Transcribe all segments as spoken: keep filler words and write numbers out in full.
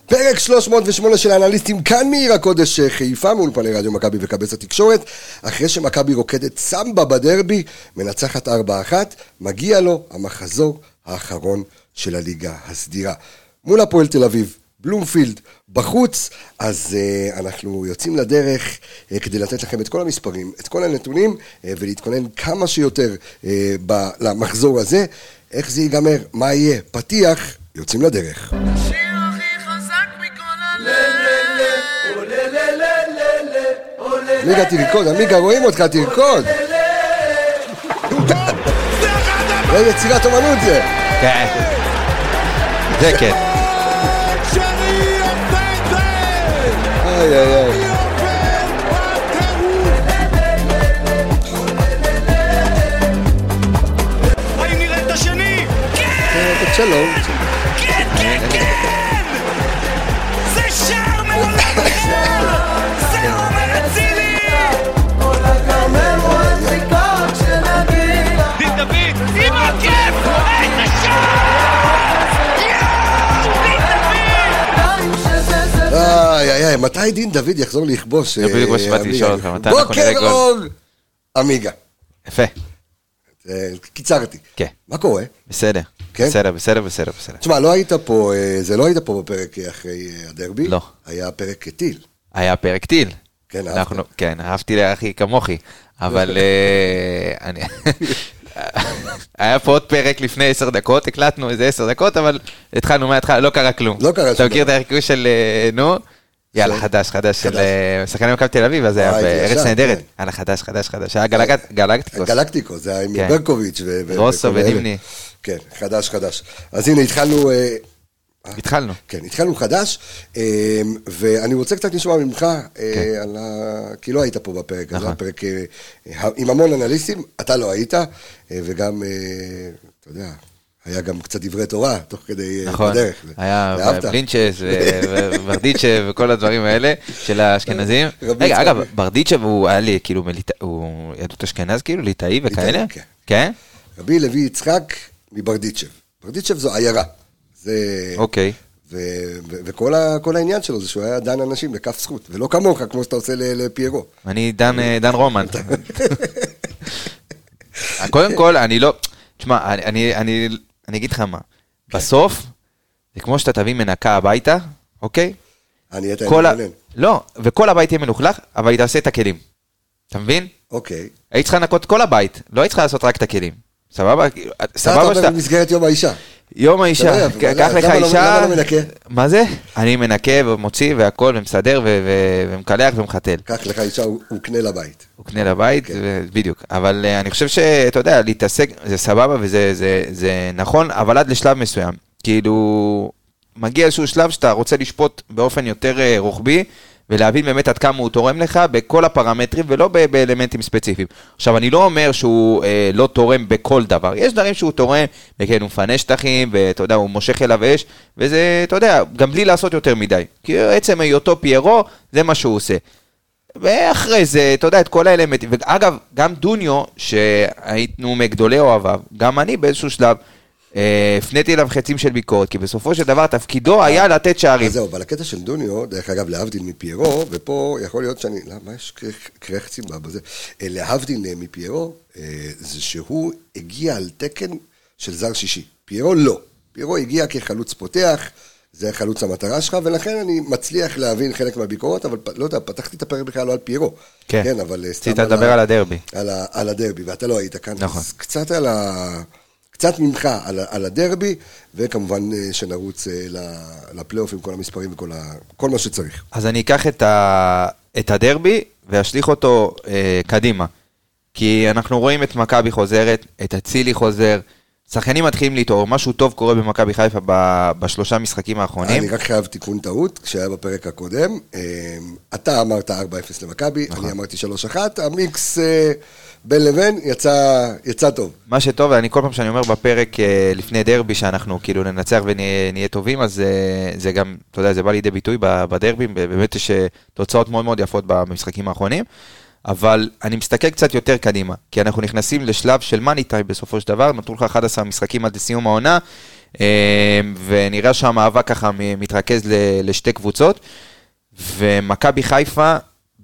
פרק שלוש מאות ושמונה של האנליסטים כאן מעיר הקודש חיפה מול פני רדיו מכבי וקבץ התקשורת. אחרי שמכבי רוקדת סמבה בדרבי, מנצחת ארבע אחת, מגיע לו המחזור האחרון של הליגה הסדירה. מול הפועל תל אביב, בלומפילד, בחוץ, אז uh, אנחנו יוצאים לדרך uh, כדי לתת לכם את כל המספרים, את כל הנתונים, uh, ולהתכונן כמה שיותר uh, ב- למחזור הזה. איך זה ייגמר? מה יהיה? פתיח, יוצאים לדרך. שיר הכי חזק מכל הלב. עמיגה תרקוד, עמיגה רואים אותך, תרקוד. זה יצירת אומנות זה. כן. זה כן. איי איי איי. האם נראה את השני? כן! שלום. כן, כן, כן! זה שער מעולם אחר! זה עומר אצילי! דין דוד, עם הכיף! איזה שער! יואו! דין דוד! איי איי איי, מתי דין דוד יחזור לכבוש? זה בדיוק מה שבאתי לשאול אותך, מתי אנחנו נראה בוקר גול? אור! עמיגה. יפה. אה, קיצרתי. כן. מה קורה? בסדר. כן? בסדר, בסדר, בסדר, בסדר. תשמע, לא היית פה, אה, זה לא היית פה בפרק אחרי אה, הדרבי. לא. היה פרק טיל. היה פרק טיל. כן, אהבת. אנחנו- כן, אהבתי לאחי כמוכי, אבל אה, אני... היה פה עוד פרק לפני עשר דקות, הקלטנו איזה עשר דקות, אבל התחלנו מההתחלה, לא קרה כלום. לא קרה אתה שום מכיר את דבר. החיקוי של, אה, נו? יאללה, של- חדש, חדש, של חדש. אה, שחקני מכבי תל אביב, אז היה וואי, בארץ ישר, נהדרת. כן. יאללה, חדש, חדש, חדש. היה גלגט- גלקטיקוס. גלקטיקו, זה היה עם כן. ברקוביץ' ו... ו- רוסו וכל אלה. ונימני. כן, חדש, חדש. אז הנה, התחלנו... אה, התחלנו. כן, התחלנו חדש, אה, ואני רוצה קצת לשמוע ממך, אה, כן. על ה... כי לא היית פה בפרק, הזה, נכון. הפרק אה, עם המון אנליסטים, אתה לא היית, אה, וגם, אה, אתה יודע, היה גם קצת דברי תורה, תוך כדי אה, נכון, בדרך. היה ואהבת? בלינצ'ס וברדיצ'ב וכל הדברים האלה של האשכנזים. רבי רגע, יצחק. אגב, ברדיצ'ב הוא היה לי כאילו, מליטא- הוא יהדות אשכנז כאילו, ליטאי וכאלה? כן. כן? רבי לוי יצחק מברדיצ'ב. ברדיצ'ב זו עיירה. זה... אוקיי. ו- ו- וכל ה- כל העניין שלו זה שהוא היה דן אנשים לכף זכות, ולא כמוך, כמו שאתה עושה ל- לפיירו. אני דן אה, דן רומן. קודם כל, אני לא... תשמע, אני- אני אני- אני אגיד לך מה. בסוף, זה כמו שאתה תביא מנקה הביתה, אוקיי? אני הייתה כל ה- מתלונן. לא, וכל הבית יהיה מלוכלך, אבל היא תעשה את הכלים. אתה מבין? אוקיי. היית צריכה לנקות כל הבית, לא היית צריכה לעשות רק את הכלים. סבבה? אתה סבבה אומר שאתה... במסגרת יום האישה. יום האישה, אתה יודע, קח למה לך לא- אישה... למה לא מנקה? מה זה? אני מנקה ומוציא והכל ומסדר ו- ו- ומקלח ומחתל. קח לך אישה, הוא הוא קנה לבית. הוא קנה לבית, כן. ו- בדיוק. אבל אה, אני חושב שאתה יודע, להתעסק, זה סבבה וזה זה- זה נכון, אבל עד לשלב מסוים. כאילו, מגיע איזשהו שלב שאתה רוצה לשפוט באופן יותר אה, רוחבי, ולהבין באמת עד כמה הוא תורם לך בכל הפרמטרים, ולא ב- באלמנטים ספציפיים. עכשיו, אני לא אומר שהוא אה, לא תורם בכל דבר. יש דברים שהוא תורם, וכן, הוא מפנה שטחים, ואתה יודע, הוא מושך אליו אש, וזה, אתה יודע, גם בלי לעשות יותר מדי. כי עצם היותו פיירו, זה מה שהוא עושה. ואחרי זה, אתה יודע, את כל האלמנטים, ואגב, גם דוניו, שהייתנו מגדולי אוהביו, גם אני באיזשהו שלב, אה, הפניתי אליו חצים של ביקורת, כי בסופו של דבר תפקידו היה לתת שערים. אז זהו, אבל הקטע של דוניו, דרך אגב, להבדיל מפיירו, ופה יכול להיות שאני, למה יש קרחצים בזה? אה, להבדיל מפיירו, אה, זה שהוא הגיע על תקן של זר שישי. פיירו לא. פיירו הגיע כחלוץ פותח, זה חלוץ המטרה שלך, ולכן אני מצליח להבין חלק מהביקורות, אבל לא יודע, פתחתי את הפרק בכלל לא על פיירו. כן. כן, אבל סתם רצית לדבר על הדרבי. על, ה, על הדרבי, ואתה לא היית כאן. נכון. אז קצת על ה... קצת ממך על, ה- על הדרבי, וכמובן אה, שנרוץ אה, ל- לפלייאוף עם כל המספרים וכל ה, כל מה שצריך. אז אני אקח את, ה... את הדרבי ואשליך אותו אה, קדימה. כי אנחנו רואים את מכבי חוזרת, את אצילי חוזר, שחקנים מתחילים להתעורר, משהו טוב קורה במכבי חיפה ב... בשלושה משחקים האחרונים. אני רק חייב תיקון טעות, כשהיה בפרק הקודם, אה, אתה אמרת ארבע אפס למכבי, נכון. אני אמרתי שלוש אחת, המיקס אה, בין לבין יצא, יצא טוב. מה שטוב, אני כל פעם שאני אומר בפרק אה, לפני דרבי, שאנחנו כאילו ננצח ונהיה טובים, אז אה, זה גם, אתה יודע, זה בא לידי ביטוי ב- בדרבי, באמת יש אה, תוצאות מאוד מאוד יפות במשחקים האחרונים, אבל אני מסתכל קצת יותר קדימה, כי אנחנו נכנסים לשלב של מאני טיים בסופו של דבר, נתנו לך אחד עשר משחקים עד לסיום העונה, ונראה שהמאבק ככה מתרכז לשתי קבוצות, ומכבי חיפה,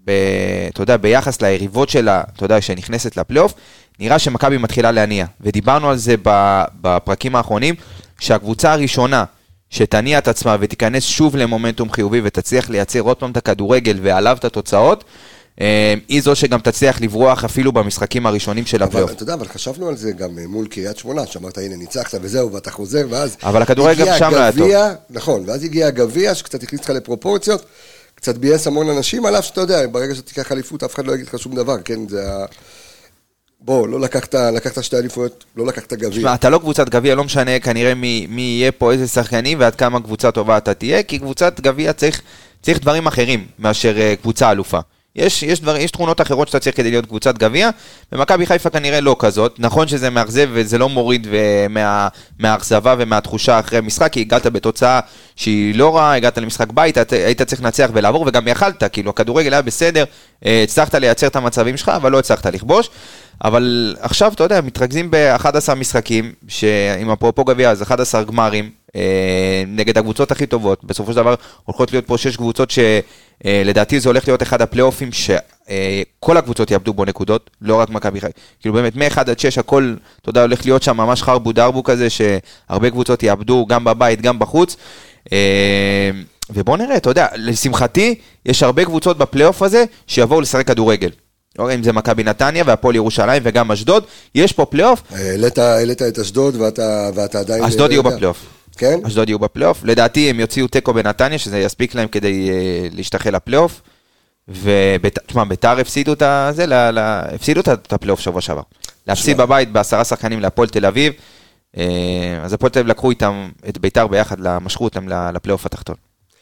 אתה יודע, ביחס ליריבות שלה, אתה יודע, שנכנסת לפלייאוף, נראה שמכבי מתחילה להניע, ודיברנו על זה בפרקים האחרונים, שהקבוצה הראשונה שתניע את עצמה ותיכנס שוב למומנטום חיובי ותצליח לייצר עוד פעם את הכדורגל ועליו את התוצאות, היא זו שגם תצליח לברוח אפילו במשחקים הראשונים של הפלייאוף. אתה יודע, אבל חשבנו על זה גם מול קריית שמונה, שאמרת, הנה ניצחת וזהו, ואתה חוזר, ואז... אבל הכדורגל גם שם היה טוב. נכון, ואז הגיע הגביע, שקצת הכניס לך לפרופורציות, קצת בייס המון אנשים, עליו שאתה יודע, ברגע שתיקח אליפות, אף אחד לא יגיד לך שום דבר, כן, זה ה... בוא, לא לקחת, לקחת שתי אליפויות, לא לקחת גביע. תשמע, אתה לא קבוצת גביע, לא משנה כנראה מי, מי יהיה פה, איזה שחקנים, ועד כמה קבוצה טובה אתה תהיה, כי קבוצת גביע צריך, צריך דברים אחרים מאשר קבוצה אלופה. יש, יש, דבר, יש תכונות אחרות שאתה צריך כדי להיות קבוצת גביע, ומכבי חיפה כנראה לא כזאת. נכון שזה מאכזב וזה לא מוריד מה, מהאכזבה ומהתחושה אחרי משחק, כי הגעת בתוצאה שהיא לא רעה, הגעת למשחק בית, היית צריך לנצח ולעבור, וגם יכלת, כאילו הכדורגל היה בסדר, הצלחת לייצר את המצבים שלך, אבל לא הצלחת לכבוש. אבל עכשיו, אתה יודע, מתרכזים ב-אחד עשר משחקים, שעם אפרופו גביע, אז אחד עשר גמרים, אה, נגד הקבוצות הכי טובות. בסופו של דבר, הולכות להיות פה שש קבוצות שלדעתי זה הולך להיות אחד הפלייאופים, שכל הקבוצות יאבדו בו נקודות, לא רק מכבי חיפה. כאילו באמת, מ-אחד עד שש, הכל, אתה יודע, הולך להיות שם ממש חרבו דרבו כזה, שהרבה קבוצות יאבדו גם בבית, גם בחוץ. אה, ובוא נראה, אתה יודע, לשמחתי, יש הרבה קבוצות בפלייאוף הזה, שיבואו לשחק כדורגל. אם זה מכבי נתניה והפועל ירושלים וגם אשדוד, יש פה פלייאוף. העלית את אשדוד ואתה, ואתה עדיין... אשדוד יהיו בפלייאוף. כן? אשדוד יהיו בפלייאוף. לדעתי הם יוציאו טקו בנתניה, שזה יספיק להם כדי להשתחל לפלייאוף. ותשמע, ביתר הפסידו את זה, הפסידו את הפלייאוף שבוע שעבר. להפסיד בבית בעשרה שחקנים להפועל תל אביב. אז הפועל תל אביב לקחו איתם את ביתר ביחד, משכו אותם לפלייאוף התחתון.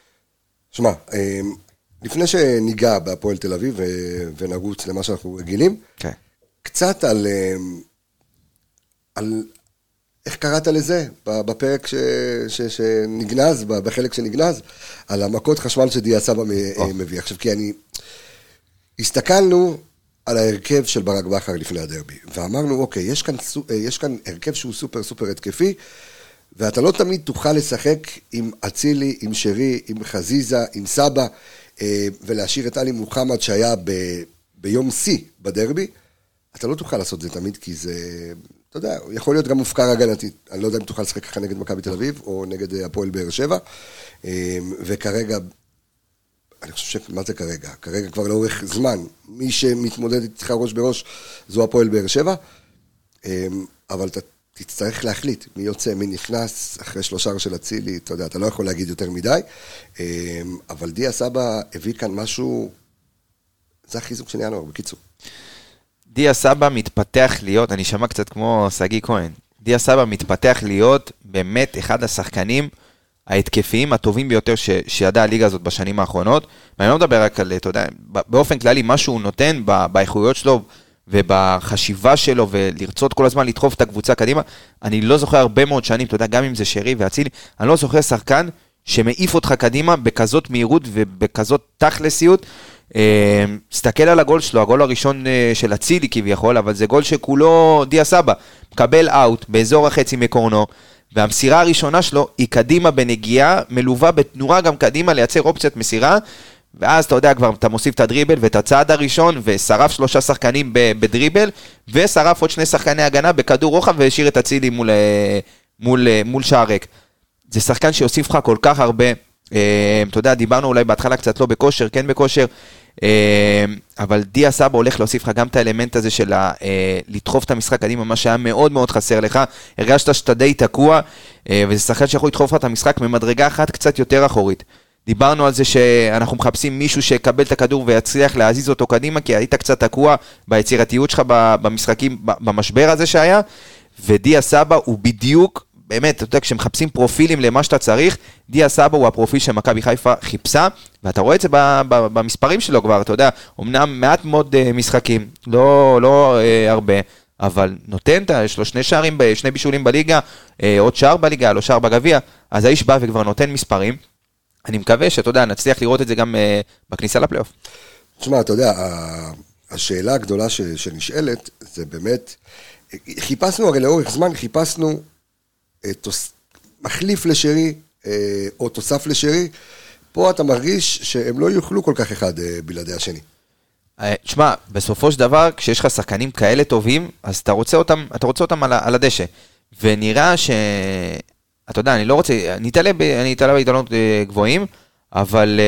שמע, לפני שניגע בהפועל תל אביב ונרוץ למה שאנחנו רגילים, כן. קצת על, על איך קראת לזה בפרק ש, ש, שנגנז, בחלק שנגנז, על המכות חשמל שדיה סבא מביא. עכשיו, כי אני, הסתכלנו על ההרכב של ברק בכר לפני הדרבי, ואמרנו, אוקיי, יש כאן, יש כאן הרכב שהוא סופר סופר התקפי, ואתה לא תמיד תוכל לשחק עם אצילי, עם שרי, עם חזיזה, עם סבא, ולהשאיר את אלי מוחמד שהיה ב, ביום C בדרבי, אתה לא תוכל לעשות זה תמיד, כי זה, אתה יודע, יכול להיות גם מופקר הגנתית. אני לא יודע אם תוכל לשחק ככה נגד מכבי תל אביב, או נגד הפועל באר שבע, וכרגע, אני חושב שמה זה כרגע? כרגע כבר לאורך זמן, מי שמתמודד איתך ראש בראש, זו הפועל באר שבע, אבל אתה תצטרך להחליט מי יוצא, מי נכנס, אחרי שלושה של אצילי, אתה יודע, אתה לא יכול להגיד יותר מדי, אבל דיה סבא הביא כאן משהו, זה החיזוק של ינואר, בקיצור. דיה סבא מתפתח להיות, אני שמע קצת כמו סגי כהן, דיה סבא מתפתח להיות באמת אחד השחקנים ההתקפיים הטובים ביותר ש, שידע הליגה הזאת בשנים האחרונות, ואני לא מדבר רק על, אתה יודע, באופן כללי, מה שהוא נותן באיכויות שלו, ובחשיבה שלו, ולרצות כל הזמן לדחוף את הקבוצה קדימה, אני לא זוכר הרבה מאוד שנים, אתה יודע, גם אם זה שרי ואצילי, אני לא זוכר שחקן שמעיף אותך קדימה בכזאת מהירות ובכזאת תכלסיות. סתכל על הגול שלו, הגול הראשון של אצילי כביכול, אבל זה גול שכולו דיה סבא, מקבל אאוט באזור החצי מקורנו, והמסירה הראשונה שלו היא קדימה בנגיעה, מלווה בתנועה גם קדימה לייצר אופציית מסירה, ואז אתה יודע כבר, אתה מוסיף את הדריבל ואת הצעד הראשון, ושרף שלושה שחקנים בדריבל, ושרף עוד שני שחקני הגנה בכדור רוחב, והשאיר את אצילי מול, מול, מול שער ריק. זה שחקן שיוסיף לך כל כך הרבה, אתה יודע, דיברנו אולי בהתחלה קצת לא בכושר, כן בכושר, אבל דיה סבא הולך להוסיף לך גם את האלמנט הזה של לדחוף את המשחק קדימה, מה שהיה מאוד מאוד חסר לך, הרגשת שאתה די תקוע, וזה שחקן שיכול לדחוף לך את המשחק ממדרגה אחת קצת יותר אחורית. דיברנו על זה שאנחנו מחפשים מישהו שיקבל את הכדור ויצליח להזיז אותו קדימה, כי היית קצת תקוע ביצירתיות שלך במשחקים, במשבר הזה שהיה, ודיה סבא הוא בדיוק, באמת, אתה יודע, כשמחפשים פרופילים למה שאתה צריך, דיה סבא הוא הפרופיל שמכבי חיפה חיפשה, ואתה רואה את זה במספרים שלו כבר, אתה יודע, אמנם מעט מאוד משחקים, לא, לא הרבה, אבל נותן, יש לו שני שערים, שני בישולים בליגה, עוד שער בליגה, לא שער בגביע, אז האיש בא וכבר נותן מספרים, אני מקווה שאתה יודע, נצליח לראות את זה גם בכניסה לפלייאוף. תשמע, אתה יודע, השאלה הגדולה שנשאלת, זה באמת, חיפשנו, הרי לאורך זמן חיפשנו, מחליף לשרי, או תוסף לשרי, פה אתה מרגיש שהם לא יוכלו כל כך אחד בלעדי השני. תשמע, בסופו של דבר, כשיש לך שחקנים כאלה טובים, אז אתה רוצה אותם, אתה רוצה אותם על, על הדשא. ונראה ש... אתה יודע, אני לא רוצה, אני אתעלה, אני אתעלה בהתעלות גבוהים, אבל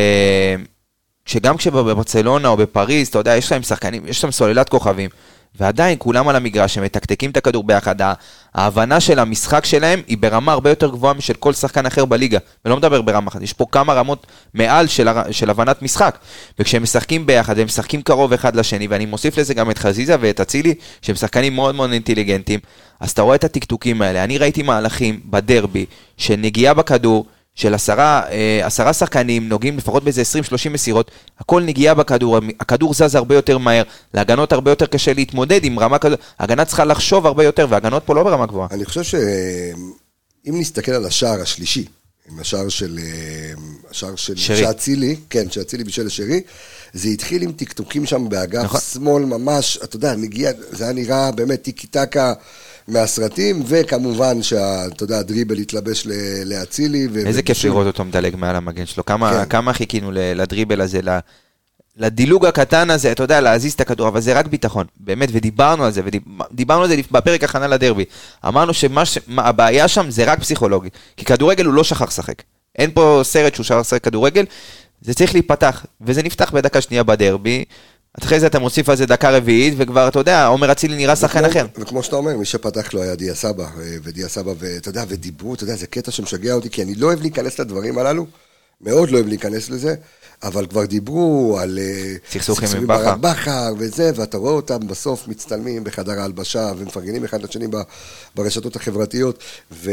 שגם כשבברצלונה או בפריז, אתה יודע, יש להם שחקנים, יש להם סוללת כוכבים, ועדיין כולם על המגרש, הם מתקתקים את הכדור ביחד, ההבנה של המשחק שלהם היא ברמה הרבה יותר גבוהה משל כל שחקן אחר בליגה, ולא מדבר ברמה אחת, יש פה כמה רמות מעל של, של הבנת משחק, וכשהם משחקים ביחד, הם משחקים קרוב אחד לשני, ואני מוסיף לזה גם את חזיזה ואת אצילי, שהם שחקנים מאוד מאוד אינטליגנטים, אז אתה רואה את הטקטוקים האלה, אני ראיתי מהלכים בדרבי, שנגיעה בכדור, של עשרה, עשרה שחקנים, נוגעים לפחות באיזה עשרים שלושים מסירות, הכל נגיעה בכדור, הכדור זז הרבה יותר מהר, להגנות הרבה יותר קשה להתמודד עם רמה כזאת, ההגנה צריכה לחשוב הרבה יותר, וההגנות פה לא ברמה גבוהה. אני חושב שאם נסתכל על השער השלישי, עם השער של, השער של שעצילי, כן, שעצילי בשל השרי, זה התחיל עם טקטוקים שם באגף נכון. שמאל ממש, אתה יודע, נגיע, זה היה נראה באמת טיקי טקה, מהסרטים, וכמובן שאתה יודע, הדריבל התלבש להצילי. איזה כיף לראות אותו מדלג מעל המגן שלו, כמה חיכינו לדריבל הזה, לדילוג הקטן הזה, אתה יודע, להזיז את הכדור, אבל זה רק ביטחון, באמת, ודיברנו על זה, ודיברנו על זה בפרק הכנה לדרבי, אמרנו שהבעיה שם זה רק פסיכולוגי, כי כדורגל הוא לא שכח שחק, אין פה סרט שהוא שכח שחק כדורגל, זה צריך להיפתח, וזה נפתח בדקה שנייה בדרבי, אחרי זה אתה מוסיף על זה דקה רביעית, וכבר, אתה יודע, עומר אצילי נראה שחקן אחר. וכמו שאתה אומר, מי שפתח לו היה דיה סבא, ודיה סבא, ואתה יודע, ודיברו, אתה יודע, זה קטע שמשגע אותי, כי אני לא אוהב להיכנס לדברים הללו, מאוד לא אוהב להיכנס לזה, אבל כבר דיברו על סכסוכים עם בכר. בכר וזה, ואתה רואה אותם בסוף מצטלמים בחדר ההלבשה, ומפרגנים אחד לשני ברשתות החברתיות, ו...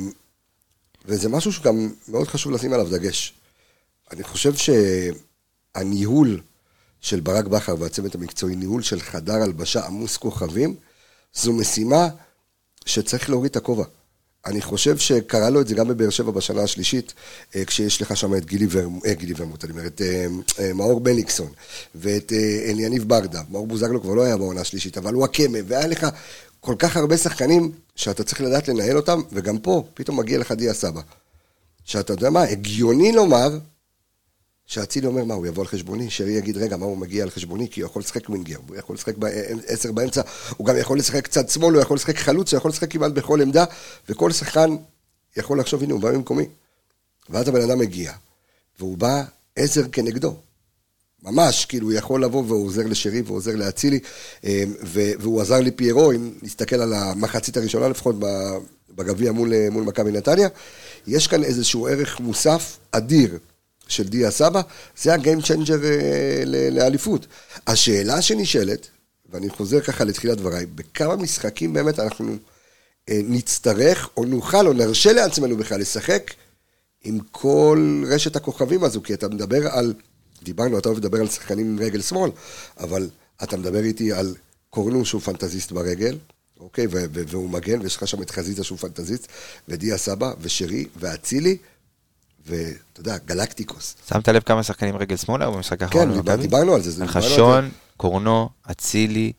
וזה משהו שגם מאוד חשוב לשים עליו דגש. אני חושב שהניהול של ברק בכר והצוות המקצועי, ניהול של חדר הלבשה עמוס כוכבים, זו משימה שצריך להוריד את הכובע. אני חושב שקרה לו את זה גם בבאר שבע בשנה השלישית, כשיש לך שם את גילי ורמוט, גילי ורמוט, אני אומר, את מאור בניקסון, ואת אליניב ברדה. מאור בוזגלו כבר לא היה בעונה השלישית, אבל הוא הקמה, והיה לך כל כך הרבה שחקנים שאתה צריך לדעת לנהל אותם, וגם פה פתאום מגיע לך דיה סבא. שאתה יודע מה, הגיוני לומר, שהצילי אומר מה, הוא יבוא על חשבוני, שרי יגיד רגע מה הוא מגיע על חשבוני, כי הוא יכול לשחק ווינגר, הוא יכול לשחק עשר באמצע, הוא גם יכול לשחק קצת שמאל, הוא יכול לשחק חלוץ, הוא יכול לשחק כמעט בכל עמדה, וכל שחקן יכול לחשוב, הנה הוא בא ממקומי. ואז הבן אדם מגיע, והוא בא עזר כנגדו. ממש, כאילו הוא יכול לבוא והוא עוזר לשרי והוא עוזר להצילי, והוא עזר לי פיירו, אם נסתכל על המחצית הראשונה לפחות בגביע מול, מול מכבי נתניה, יש כאן איזשהו ערך מוסף אדיר, של דיה סבא, זה הגיים צ'יינג'ר לאליפות. השאלה שנשאלת, ואני חוזר ככה לתחילת דבריי, בכמה משחקים באמת אנחנו נצטרך, או נוכל, או נרשה לעצמנו בכלל לשחק, עם כל רשת הכוכבים הזו, כי אתה מדבר על, דיברנו, אתה אוהב לדבר על שחקנים עם רגל שמאל, אבל אתה מדבר איתי על קורנו שהוא פנטזיסט ברגל, אוקיי, והוא מגן, ויש לך שם את חזיזה שהוא פנטזיסט, ודיה סבא, ושרי, ואצילי, ואתה יודע, גלקטיקוס. שמת לב כמה שחקנים רגל שמאלה או במשחק האחרון? כן, דיברנו על זה. חשון, קורנו, אצילי,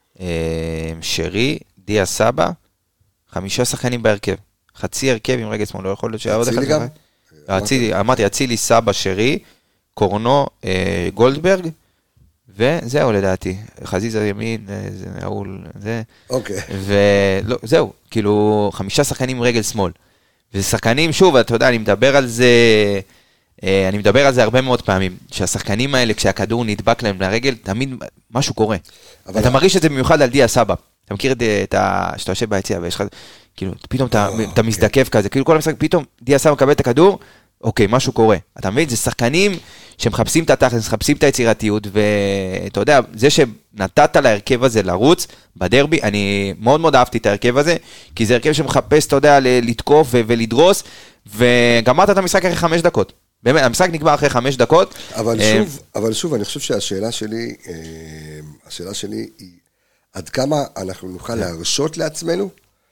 שרי, דיה סבא, חמישה שחקנים בהרכב. חצי הרכב עם רגל שמאלה, לא יכול להיות שהיה עוד אחד. אצילי גם? אצילי, אמרתי, אצילי, סבא, שרי, קורנו, גולדברג, וזהו לדעתי. חזיזה ימין, זה נעול, זה. אוקיי. וזהו, כאילו, חמישה שחקנים עם רגל שמאל. וזה שחקנים, שוב, אתה יודע, אני מדבר על זה, אני מדבר על זה הרבה מאוד פעמים, שהשחקנים האלה, כשהכדור נדבק להם לרגל, תמיד משהו קורה. אתה מרגיש את זה במיוחד על דיה סבא. אתה מכיר את ה... שאתה יושב ביציאה, ויש לך, כאילו, פתאום אתה מזדקף כזה, כאילו כל המשחק, פתאום דיה סבא מקבל את הכדור, אוקיי, משהו קורה. אתה מבין, זה שחקנים שמחפשים את התכלס, מחפשים את היצירתיות, ואתה יודע, זה שנתת להרכב הזה לרוץ בדרבי, אני מאוד מאוד אהבתי את ההרכב הזה, כי זה הרכב שמחפש, אתה יודע, לתקוף ולדרוס, וגמרת את המשחק אחרי חמש דקות. באמת, המשחק נקבע אחרי חמש דקות. אבל שוב, אבל שוב, אני חושב שהשאלה שלי, השאלה שלי היא, עד כמה אנחנו נוכל להרשות לעצמנו,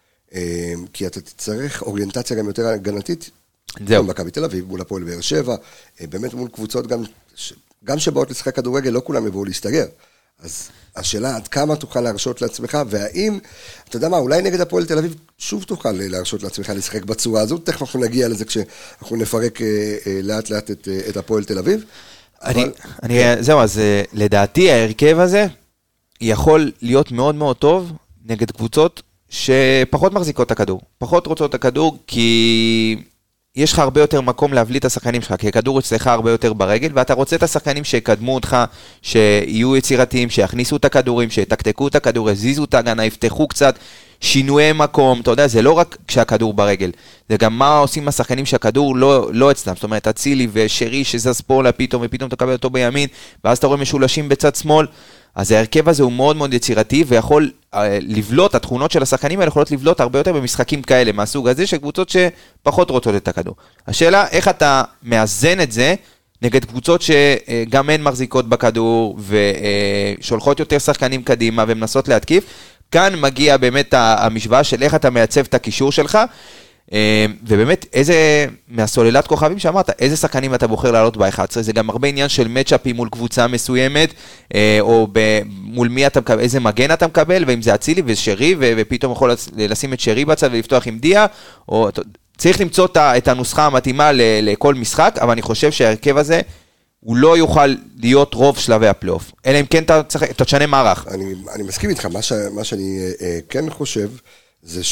כי אתה תצטרך אוריינטציה גם יותר הגנתית, זהו. מכבי תל אביב, מול הפועל באר שבע, באמת מול קבוצות גם, גם שבאות לשחק כדורגל, לא כולם יבואו להסתגר. אז השאלה עד כמה תוכל להרשות לעצמך, והאם, אתה יודע מה, אולי נגד הפועל תל אביב שוב תוכל להרשות לעצמך לשחק בצורה הזאת, תכף אנחנו נגיע לזה כשאנחנו נפרק לאט לאט את, את הפועל תל אביב. אני, אבל... אני, זהו, אז לדעתי ההרכב הזה יכול להיות מאוד מאוד טוב נגד קבוצות שפחות מחזיקות את הכדור, פחות רוצות את הכדור, כי יש לך הרבה יותר מקום להבליט את השחקנים שלך, כי הכדור אצלך הרבה יותר ברגל, ואתה רוצה את השחקנים שיקדמו אותך, שיהיו יצירתיים, שיכניסו את הכדורים, שיתקתקו את הכדור, יזיזו את ההגנה, יפתחו קצת, שינויי מקום, אתה יודע, זה לא רק כשהכדור ברגל, זה גם מה עושים השחקנים שהכדור לא, לא אצלם, זאת אומרת, אצילי ושרי שזז פולה פתאום, ופתאום תקבל אותו בימין, ואז אתה רואה משולשים בצד שמאל, אז ההרכב הזה הוא מאוד מאוד יצירתי, ויכול לבלוט, התכונות של השחקנים האלה יכולות לבלוט הרבה יותר במשחקים כאלה, מהסוג הזה, שקבוצות שפחות רוצות את הכדור. השאלה, איך אתה מאזן את זה, נגד קבוצות שגם הן מחזיקות בכדור, ושולחות יותר שחקנים קדימה, ומנסות להתקיף, כאן מגיע באמת המשוואה של איך אתה מייצב את הקישור שלך, ובאמת איזה, מהסוללת כוכבים שאמרת, איזה שחקנים אתה בוחר לעלות ב-אחת עשרה, זה גם הרבה עניין של מצ'אפים מול קבוצה מסוימת, או מול מי אתה מקבל, איזה מגן אתה מקבל, ואם זה אצילי ושרי, ופתאום יכול לשים את שרי בצד ולפתוח עם דיה, או צריך למצוא את הנוסחה המתאימה לכל משחק, אבל אני חושב שההרכב הזה, הוא לא יוכל להיות רוב שלבי הפלייאוף, אלא אם כן אתה תשנה מערך. אני, אני מסכים איתך, מה, ש, מה שאני כן חושב, זה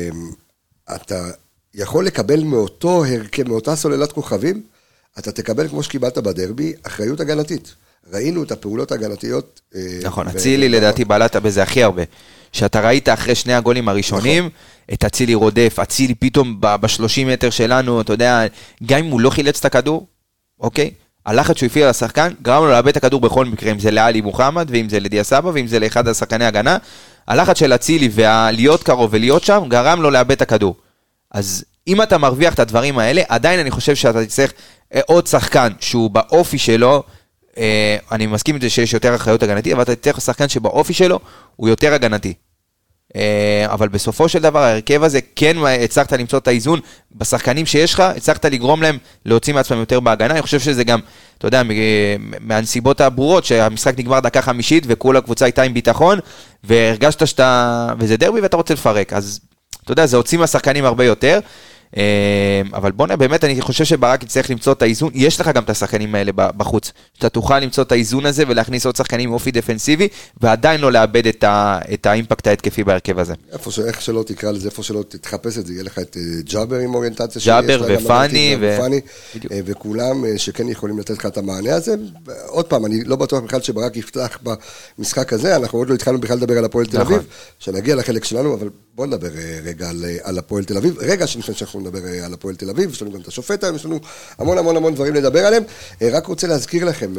שאתה יכול לקבל מאותו הרכב, מאותה סוללת כוכבים, אתה תקבל כמו שקיבלת בדרבי, אחריות הגנתית. ראינו את הפעולות הגנתיות. נכון, אצילי לדעתי בעלת בזה הכי הרבה. שאתה ראית אחרי שני הגולים הראשונים, את אצילי רודף, אצילי פתאום ב-שלושים מטר שלנו, אתה יודע, גם אם הוא לא חילץ את הכדור, אוקיי? הלחץ שהוא הפעיל על השחקן, גרם לו לאבד את הכדור בכל מקרה, אם זה לאלי מוחמד, ואם זה לדיה סבא, ואם זה לאחד השחקני הגנה, הלחץ של אצילי והלהיות קרוב ולהיות שם, גרם לו לאבד את הכדור. אז אם אתה מרוויח את הדברים האלה, עדיין אני חושב שאתה תצטרך עוד שחקן שהוא באופי שלו, אני מסכים עם זה שיש יותר אחריות הגנתי, אבל אתה תצטרך שחקן שבאופי שלו הוא יותר הגנתי. אבל בסופו של דבר ההרכב הזה כן הצלחת למצוא את האיזון בשחקנים שיש לך, הצלחת לגרום להם להוציא מעצמם יותר בהגנה. אני חושב שזה גם, אתה יודע, מהנסיבות הברורות שהמשחק נגמר דקה חמישית וכל הקבוצה הייתה עם ביטחון, והרגשת שאתה, וזה דרבי ואתה רוצה לפרק, אז אתה יודע, זה הוציא מהשחקנים הרבה יותר. אבל בוא נראה, באמת אני חושב שברק יצטרך למצוא את האיזון, יש לך גם את השחקנים האלה בחוץ, שאתה תוכל למצוא את האיזון הזה ולהכניס עוד שחקנים עם אופי דפנסיבי, ועדיין לא לאבד את, ה, את האימפקט ההתקפי בהרכב הזה. איפה ש, איך שלא תקרא לזה, איפה שלא תתחפש את זה, יהיה לך את ג'אבר עם אוריינטציה, ג'אבר ופני, ו... ופני וכולם שכן יכולים לתת לך את המענה הזה. עוד פעם, אני לא בטוח בכלל שברק יפתח במשחק הזה, אנחנו עוד לא התחלנו בכלל לדבר על הפועל תל אביב, שנגיע לחלק שלנו, אבל בוא נדבר רגע על, על הפועל תל אביב, רגע שלפני שאנחנו נדבר על הפועל תל אביב, יש לנו גם את השופט, יש לנו המון המון המון דברים לדבר עליהם, רק רוצה להזכיר לכם,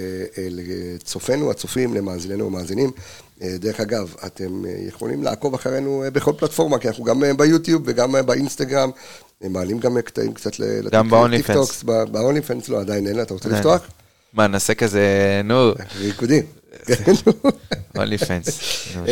לצופינו, הצופים, למאזיננו ומאזינים, דרך אגב, אתם יכולים לעקוב אחרינו בכל פלטפורמה, כי אנחנו גם ביוטיוב וגם באינסטגרם, מעלים גם קטעים קצת לטיקטוקס, באוני פנס, לא, עדיין אין לה, אתה רוצה לפתוח? מה, נעשה כזה, נו. ריקודים. אולי פנס.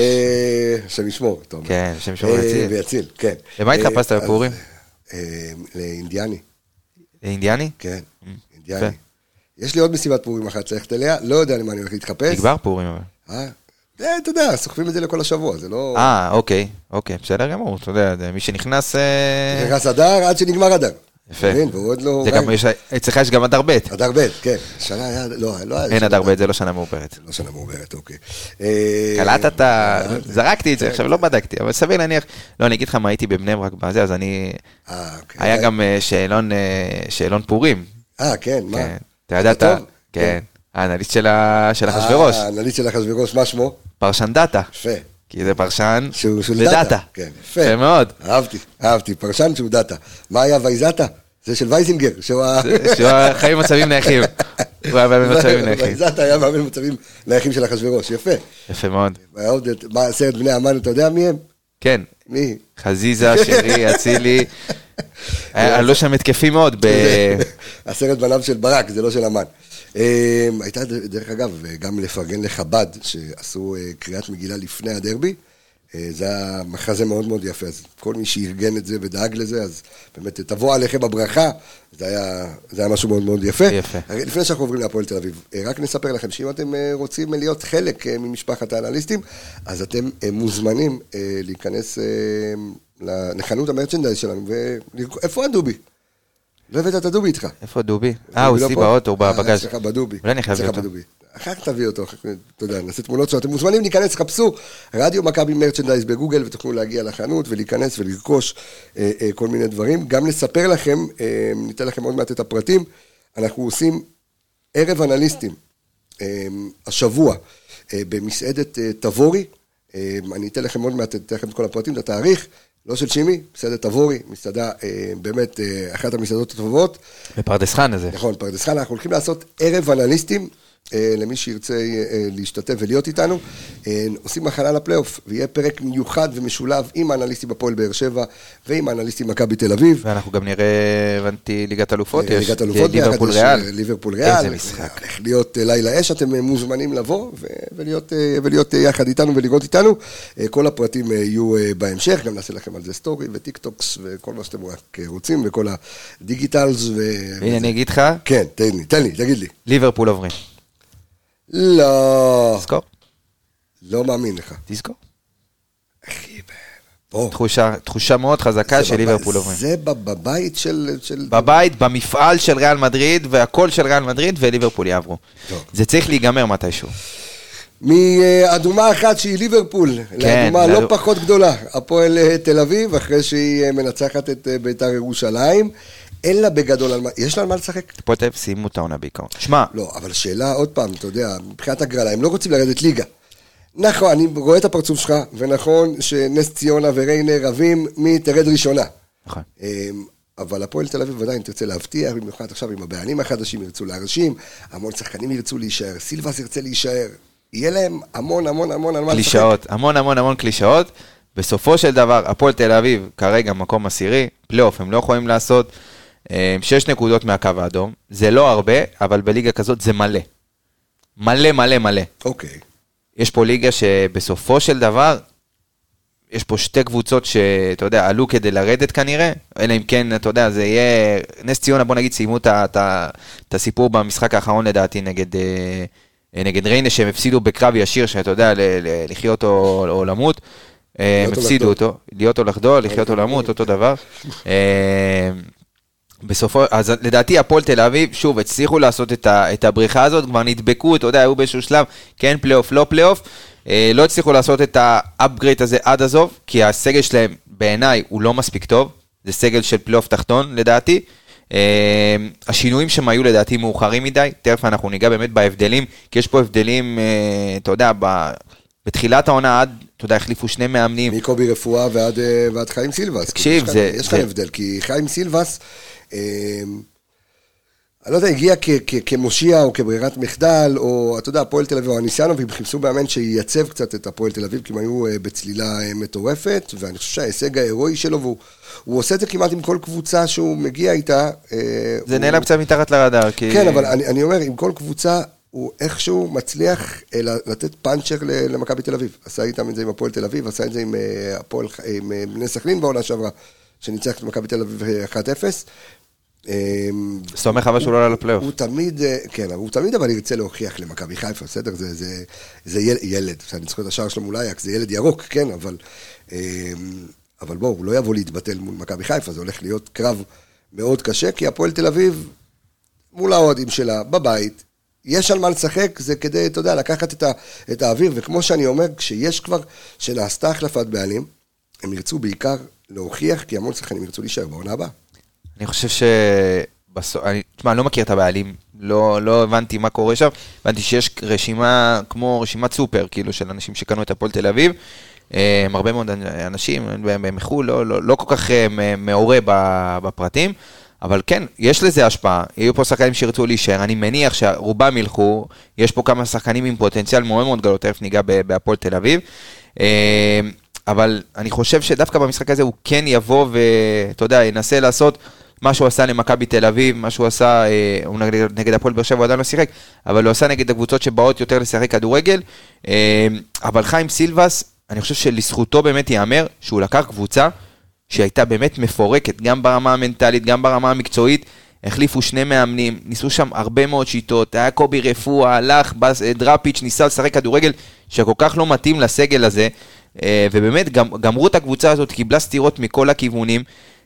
שם ישמור, טוב. כן, שם ישמור ויציל. ויציל, כן. למה התחפשת בפורים? לאינדיאני. לאינדיאני? כן, אינדיאני. יש לי עוד מסיבת פורים אחת, צריך אליה, לא יודע למה אני הולך להתחפש. נגבר פורים אבל. אה, אתה יודע, סוחבים את זה לכל השבוע, זה לא... אה, אוקיי, אוקיי, בסדר גמור, אתה יודע, מי שנכנס... נכנס אדר עד שנגמר אדר. יפה. זה גם, אצלך יש גם אדר ב'. אדר ב', כן. שנה היה, לא, לא היה... אין אדר ב', זה לא שנה מעוברת. לא שנה מעוברת, אוקיי. קלטת, זרקתי את זה, עכשיו לא בדקתי, אבל סביר להניח, לא, אני אגיד לך מה הייתי בבני ברק בזה, אז אני... היה גם שאלון פורים. אה, כן, מה? אתה ידעת? כן. האנליסט של החשברוש. האנליסט של החשברוש, מה שמו? פרשן דאטה. יפה. כי זה פרשן שהוא דאטה. כן, יפה. יפה מאוד. אהבתי, אהבתי, פרשן שהוא דאטה. מה היה וייזאטה? זה של וייזינגר. שהוא חי במצבים נייחים. הוא היה במצבים נייחים. וייזאטה היה במצבים נייחים של החשברוש, יפה. יפה מאוד. מה, סרט בני אמן, אתה יודע מי הם? כן. מי? חזיזה, שרי, אצילי. עלו שם התקפים מאוד. הסרט בניו של ברק, זה לא של אמן. הייתה דרך אגב גם לפרגן לחב"ד שעשו קריאת מגילה לפני הדרבי, זה היה מחזה מאוד מאוד יפה, אז כל מי שארגן את זה ודאג לזה, אז באמת תבוא עליכם הברכה, זה היה, זה היה משהו מאוד מאוד יפה. יפה. לפני שאנחנו עוברים להפועל תל אביב, רק נספר לכם שאם אתם רוצים להיות חלק ממשפחת האנליסטים, אז אתם מוזמנים להיכנס לחנות המרצ'נדייז שלנו, ואיפה הדובי? לא הבאת את הדובי איתך. איפה הדובי? אה, הוא אצלי באוטו, הוא בבגז. אצלך בדובי. אולי אני חייב אותו. אחר כך תביא אותו, אתה יודע, נעשה תמונות שלו. אתם מוזמנים להיכנס, חפשו רדיו מכבי מרצ'נדייז בגוגל, ותוכלו להגיע לחנות ולהיכנס ולרכוש אה, אה, כל מיני דברים. גם נספר לכם, אה, ניתן לכם עוד מעט את הפרטים, אנחנו עושים ערב אנליסטים, אה, השבוע, אה, במסעדת אה, תבורי, אה, אני אתן לכם עוד מעט, אתן לכם את כל הפרטים, את התאריך, לא של שימי, מסעדת תבורי, מסעדה אה, באמת אה, אחת המסעדות הטובות. בפרדס חנה הזה. נכון, פרדס חנה, אנחנו הולכים לעשות ערב אנליסטים, למי שירצה להשתתף ולהיות איתנו, עושים הכנה לפלייאוף, ויהיה פרק מיוחד ומשולב עם האנליסטים בפועל באר שבע, ועם האנליסטים מכבי תל אביב. ואנחנו גם נראה, הבנתי, ליגת אלופות, יש ליגת אלופות, ליברפול ריאל. ליברפול ריאל. איזה משחק. להיות לילה אש, אתם מוזמנים לבוא, ולהיות, ולהיות יחד איתנו ולראות איתנו. כל הפרטים יהיו בהמשך, גם נעשה לכם על זה סטורי וטיק טוקס, וכל מה שאתם רק רוצים, וכל הדיגיטלס. הנה, אני אגיד לך. כן, תן לי, תן לי, תגיד לי. ליברפול עוברים. לא. תזכור. לא מאמין לך. תזכור. אחי, בוא. תחושה, תחושה מאוד חזקה של ליברפול עוברים. זה בבית של... בבית, במפעל של ריאל מדריד, והכל של ריאל מדריד, וליברפול יעברו. זה צריך להיגמר מתישהו. מאדומה אחת שהיא ליברפול, לאדומה לא פחות גדולה, הפועל תל אביב, אחרי שהיא מנצחת את בית"ר ירושלים, אלא בגדול, יש לה על מה לשחק? פה תב, סיימו את העונה בעיקרון. שמע. לא, אבל שאלה עוד פעם, אתה יודע, מבחינת הגרלה, הם לא רוצים לרדת ליגה. נכון, אני רואה את הפרצוף שלך, ונכון שנס ציונה וריינה רבים מתרד ראשונה. נכון. אבל הפועל תל אביב עדיין תרצה להבטיח, במיוחד עכשיו עם הבעלים החדשים ירצו להרשים, המון שחקנים ירצו להישאר, סילבס ירצה להישאר, יהיה להם המון המון המון על מה לשחק. קלישאות, המון המון המון קלישאות. בסופו של דבר, הפועל תל אביב כרגע מקום עשירי, פלייאוף הם לא יכולים לעשות, שש נקודות מהקו האדום, זה לא הרבה, אבל בליגה כזאת זה מלא. מלא מלא מלא. אוקיי. יש פה ליגה שבסופו של דבר, יש פה שתי קבוצות שאתה יודע, עלו כדי לרדת כנראה, אלא אם כן, אתה יודע, זה יהיה, נס ציונה, בוא נגיד, סיימו את הסיפור במשחק האחרון לדעתי נגד, נגד ריינה, שהם הפסידו בקרב ישיר, שאתה יודע, לחיות או למות, הם הפסידו אותו, להיות או לחדול, לחיות או למות, אותו דבר. בסופו, אז לדעתי הפועל תל אביב, שוב, הצליחו לעשות את, ה, את הבריחה הזאת, כבר נדבקו, אתה יודע, היו באיזשהו שלב, כן פלייאוף, לא פלייאוף, אה, לא הצליחו לעשות את האפגרייט הזה עד עזוב, כי הסגל שלהם בעיניי הוא לא מספיק טוב, זה סגל של פלייאוף תחתון לדעתי, אה, השינויים שהם היו לדעתי מאוחרים מדי, תכף אנחנו ניגע באמת בהבדלים, כי יש פה הבדלים, אה, אתה יודע, ב... בתחילת העונה עד, אתה יודע, החליפו שני מאמנים. מקובי רפואה ועד, ועד חיים סילבס. תקשיב, יש זה... כאן, יש כאן הבדל, כי חיים סילבס, אה, אני לא יודע, הגיע כ- כ- כמושיע או כברירת מחדל, או אתה יודע, הפועל תל אביב או הניסיאנו, והם חיפשו באמן שייצב קצת את הפועל תל אביב, כי הם היו אה, בצלילה אה, מטורפת, ואני חושב שההישג ההירואי שלו, והוא הוא עושה את זה כמעט עם כל קבוצה שהוא מגיע איתה. אה, זה הוא... נעלם קצת מתחת לרדאר, כי... כן, אבל אני, אני אומר, עם כל קבוצה, הוא איכשהו מצליח לתת פאנצ'ר למכבי תל אביב. עשה איתם את זה עם הפועל תל אביב, עשה את זה עם הפועל, עם בני סכנין בעונה שעברה, שניצח את מכבי תל אביב אחת אפס. סומך אבל שהוא לא עלה לפלייאוף. הוא תמיד, כן, הוא תמיד אבל ירצה להוכיח למכבי חיפה, בסדר? זה, זה, זה ילד, אני זוכר את השער שלו מול אייקס, זה ילד ירוק, כן, אבל, אבל בואו, הוא לא יבוא להתבטל מול מכבי חיפה, זה הולך להיות קרב מאוד קשה, כי הפועל תל אביב, מול האוהדים שלה, בבית, יש על מה לשחק, זה כדי, אתה יודע, לקחת את, ה, את האוויר, וכמו שאני אומר, כשיש כבר, שנעשתה החלפת בעלים, הם ירצו בעיקר להוכיח, כי המון שחקנים ירצו להישאר בעונה הבאה. אני חושב ש... בסוף, אני, תשמע, אני לא מכיר את הבעלים, לא, לא הבנתי מה קורה שם, הבנתי שיש רשימה, כמו רשימת סופר, כאילו, של אנשים שקנו את הפועל תל אביב, הם הרבה מאוד אנשים, הם מחול, לא, לא, לא כל כך מעורה בפרטים, אבל כן, יש לזה השפעה, יהיו פה שחקנים שירצו להישאר, אני מניח שרובם ילכו, יש פה כמה שחקנים עם פוטנציאל מאוד מאוד גדול, תכף ניגע בהפועל תל אביב, אבל אני חושב שדווקא במשחק הזה הוא כן יבוא ואתה יודע, ינסה לעשות מה שהוא עשה למכבי תל אביב, מה שהוא עשה, הוא נגד, נגד הפועל באר שבע, הוא עדיין לא שיחק, אבל הוא עשה נגד הקבוצות שבאות יותר לשחק כדורגל, אבל חיים סילבס, אני חושב שלזכותו באמת ייאמר, שהוא לקח קבוצה שהייתה באמת מפורקת, גם ברמה המנטלית, גם ברמה המקצועית, החליפו שני מאמנים, ניסו שם הרבה מאוד שיטות, היה קובי רפואה, הלך, דראפיץ' ניסה לשחק כדורגל, שכל כך לא מתאים לסגל הזה, ובאמת גמרו את הקבוצה הזאת, קיבלה סתירות מכל הכיוונים,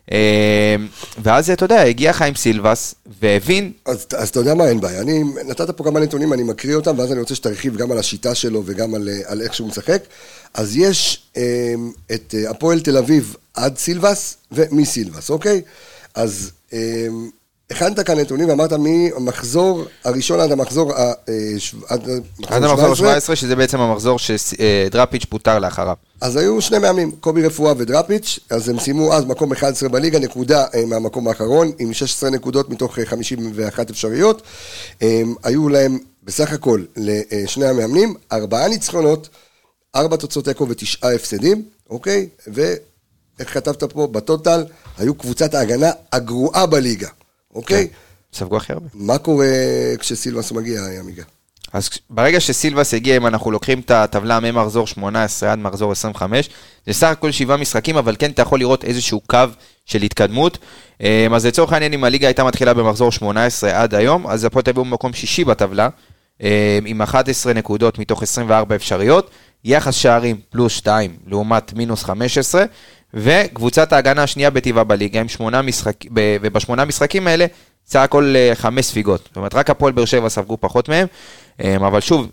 ואז אתה יודע, הגיע חיים סילבס, והבין... אז, אז אתה יודע מה, אין בעיה, אני נתת פה כמה נתונים, אני מקריא אותם, ואז אני רוצה שתרחיב גם על השיטה שלו, וגם על, על איך שהוא משחק, אז יש את הפועל תל אביב עד סילבס, ומסילבס, אוקיי? אז... הכנת כאן נתונים ואמרת מהמחזור הראשון עד המחזור עד המחזור שבע עשרה, שזה בעצם המחזור שדראפיץ' פוטר לאחריו. אז היו שני מאמנים, קובי רפואה ודראפיץ', אז הם סיימו אז מקום אחד עשרה בליגה, נקודה מהמקום האחרון, עם שש עשרה נקודות מתוך חמישים ואחת אפשריות. היו להם בסך הכל לשני המאמנים, ארבעה ניצחונות, ארבע תוצאות תיקו ותשעה הפסדים, אוקיי? ואיך כתבת פה, בטוטל, היו קבוצת ההגנה הגרועה בליגה. אוקיי? ספגו הכי הרבה. מה קורה כשסילבס מגיע, ימיגה? אז ברגע שסילבס הגיע, אם אנחנו לוקחים את הטבלה ממחזור שמונה עשרה עד מחזור עשרים וחמש, זה סך הכל שבעה משחקים, אבל כן אתה יכול לראות איזשהו קו של התקדמות. אז לצורך העניין, אם הליגה הייתה מתחילה במחזור שמונה עשרה עד היום, אז הפועל תל אביב במקום שישי בטבלה, עם אחת עשרה נקודות מתוך עשרים וארבע אפשריות, יחס שערים פלוס שתיים לעומת מינוס חמש עשרה, וקבוצת ההגנה השנייה בטבעה בליגה, עם שמונה משחקים, ובשמונה משחקים האלה, סך הכל חמש ספיגות. זאת אומרת, רק הפועל באר שבע ספגו פחות מהם, אבל שוב,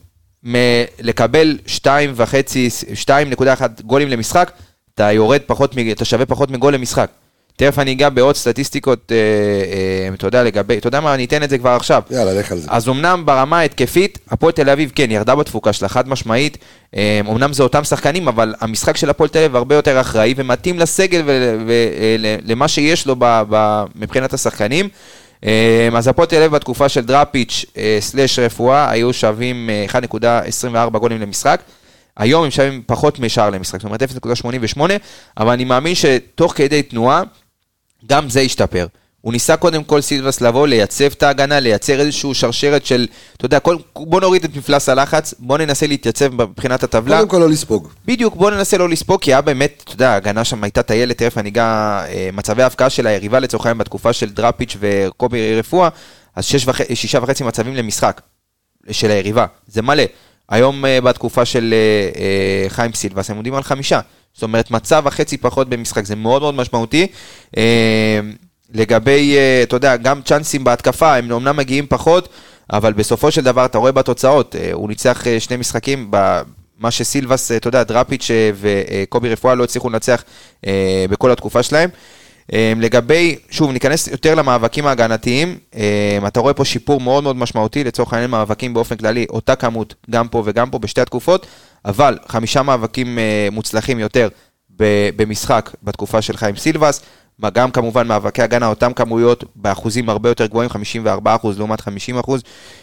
לקבל שתיים וחצי, שתיים נקודה אחת גולים למשחק, אתה יורד פחות, אתה שווה פחות מגול למשחק. תכף אני אגע בעוד סטטיסטיקות, אתה יודע לגבי, אתה יודע מה, אני אתן את זה כבר עכשיו. יאללה, לך על זה. אז אמנם ברמה ההתקפית, הפועל תל אביב כן, ירדה בתפוקה שלה חד משמעית, אמנם זה אותם שחקנים, אבל המשחק של הפועל תל אביב הרבה יותר אחראי, ומתאים לסגל ולמה שיש לו מבחינת השחקנים. אז הפועל תל אביב בתקופה של דראפיץ' סלש רפואה, היו שווים אחת נקודה עשרים וארבע גולים למשחק, היום הם שווים פחות משער למשחק, זאת אומרת אפס נקודה שמונים ושמונה, אבל אני מאמין שתוך כדי תנועה, גם זה ישתפר. הוא ניסה קודם כל סילבס לבוא, לייצב את ההגנה, לייצר איזשהו שרשרת של, אתה יודע, כל, בוא נוריד את מפלס הלחץ, בוא ננסה להתייצב מבחינת הטבלה. קודם כל לא לספוג. בדיוק, בוא ננסה לא לספוג, כי היה באמת, אתה יודע, ההגנה שם הייתה טיילת, תרף אני אגע, מצבי ההפקעה של היריבה לצורך העניין בתקופה של דראפיץ' וקובי רפואה, אז שש וח... שישה וחצי מצבים למשחק של היריבה, זה מלא. היום בתקופה של חיים סילבס, הם עומדים על חמישה. זאת אומרת, מצב וחצי פחות במשחק, זה מאוד מאוד משמעותי. לגבי, אתה יודע, גם צ'אנסים בהתקפה, הם אומנם מגיעים פחות, אבל בסופו של דבר, אתה רואה בתוצאות, הוא ניצח שני משחקים, במה שסילבס, אתה יודע, דראפיץ' וקובי רפואה לא הצליחו לנצח בכל התקופה שלהם. לגבי, שוב, ניכנס יותר למאבקים ההגנתיים, אתה רואה פה שיפור מאוד מאוד משמעותי, לצורך העניין מאבקים באופן כללי, אותה כמות, גם פה וגם פה, בשתי התקופות, אבל חמישה מאבקים מוצלחים יותר במשחק בתקופה של חיים סילבס, גם כמובן מאבקי הגנה, אותם כמויות באחוזים הרבה יותר גבוהים, חמישים וארבעה אחוז לעומת חמישים אחוז,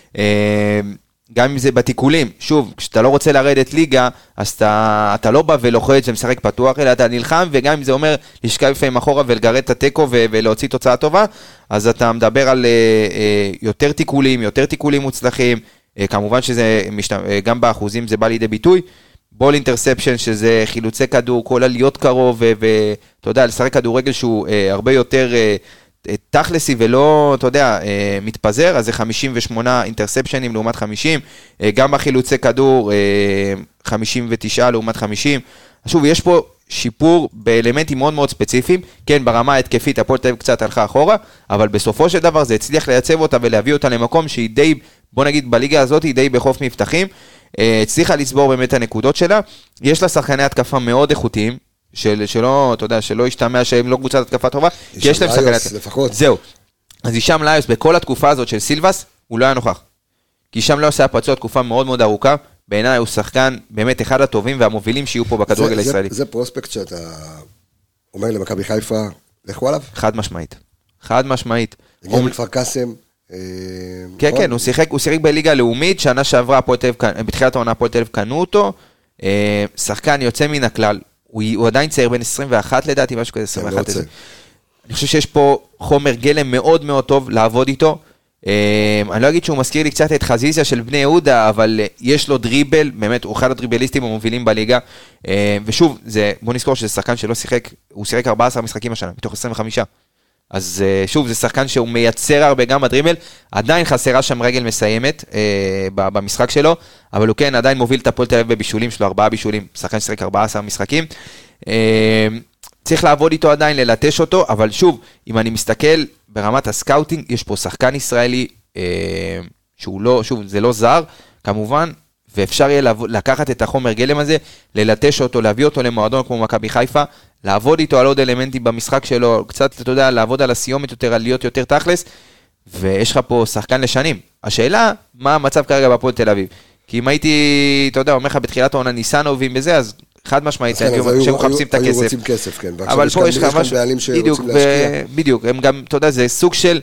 גם אם זה בתיקולים, שוב, כשאתה לא רוצה לרדת ליגה, אז אתה, אתה לא בא ולוחץ ומשחק פתוח, אלא אתה נלחם, וגם אם זה אומר לשכב לפעמים אחורה ולגרד את הטקו ולהוציא תוצאה טובה, אז אתה מדבר על יותר תיקולים, יותר תיקולים מוצלחים, כמובן שזה, גם באחוזים זה בא לידי ביטוי, בול אינטרספשן, שזה חילוצי כדור, כל עליות קרוב, ואתה יודע, לשחק כדורגל שהוא הרבה יותר תכלסי ולא, אתה יודע, מתפזר, אז זה חמישים ושמונה אינטרספשנים לעומת חמישים, גם בחילוצי כדור חמישים ותשע לעומת חמישים, שוב, יש פה שיפור באלמנטים מאוד מאוד ספציפיים, כן, ברמה ההתקפית, הפועל תל אביב קצת הלכה אחורה, אבל בסופו של דבר זה הצליח לייצב אותה ולהביא אותה למקום שהיא די, בוא נגיד, בליגה הזאת היא די בחוף מבטחים, הצליחה לצבור באמת הנקודות שלה, יש לה שחקני התקפה מאוד איכותיים, של, שלא, אתה יודע, שלא ישתמע שהם לא קבוצת התקפה טובה, כי יש להם שחקני התקפה. לפחות. זהו. אז הישאם ליוס, בכל התקופה הזאת של סילבס, הוא לא היה נוכח. כי הישאם ליוס היה פצוע תקופה מאוד מאוד ארוכה, בעיניי הוא שחקן באמת אחד הטובים והמובילים שיהיו פה בכדורגל הישראלי. זה, זה פרוספקט שאתה אומר למכבי חיפה, לכו עליו? חד משמעית. חד משמעית. הגיע מכפר קאסם. כן, כן, הוא שיחק, הוא שיחק בליגה הלאומית, שנה שעברה, בתחילת העונה הפועל תל אביב קנו אותו, שחקן יוצא מן הכלל, הוא עדיין צעיר בין עשרים ואחת לדעתי, משהו כזה עשרים ואחת. אני חושב שיש פה חומר גלם מאוד מאוד טוב לעבוד איתו, אני לא אגיד שהוא מזכיר לי קצת את חזיזיה של בני יהודה, אבל יש לו דריבל, באמת, הוא אחד הדריבליסטים המובילים בליגה, ושוב, בוא נזכור שזה שחקן שלא שיחק, הוא שיחק ארבעה עשר משחקים השנה, מתוך עשרים וחמישה. אז שוב, זה שחקן שהוא מייצר הרבה גם בדריבל, עדיין חסרה שם רגל מסיימת במשחק שלו, אבל הוא כן עדיין מוביל את הפועל תל אביב בבישולים שלו, ארבעה בישולים, שחקן ששיחק ארבעה עשר משחקים. צריך לעבוד איתו עדיין, ללטש אותו, אבל שוב, אם אני מסתכל ברמת הסקאוטינג, יש פה שחקן ישראלי, שהוא לא, שוב, זה לא זר, כמובן, ואפשר יהיה לקחת את החומר גלם הזה, ללטש אותו, להביא אותו למועדון כמו מכבי חיפה, לעבוד איתו על עוד אלמנטים במשחק שלו, קצת, אתה יודע, לעבוד על הסיומת יותר, על להיות יותר תכלס, ויש לך פה שחקן לשנים. השאלה, מה המצב כרגע בפועל תל אביב? כי אם הייתי, אתה יודע, אומר לך בתחילת העונה ניסנובים בזה, אז חד משמעית, שהם מחפשים את הכסף. היו רוצים כסף, כן. אבל פה יש לך משהו, בדיוק, הם גם, אתה יודע, זה סוג של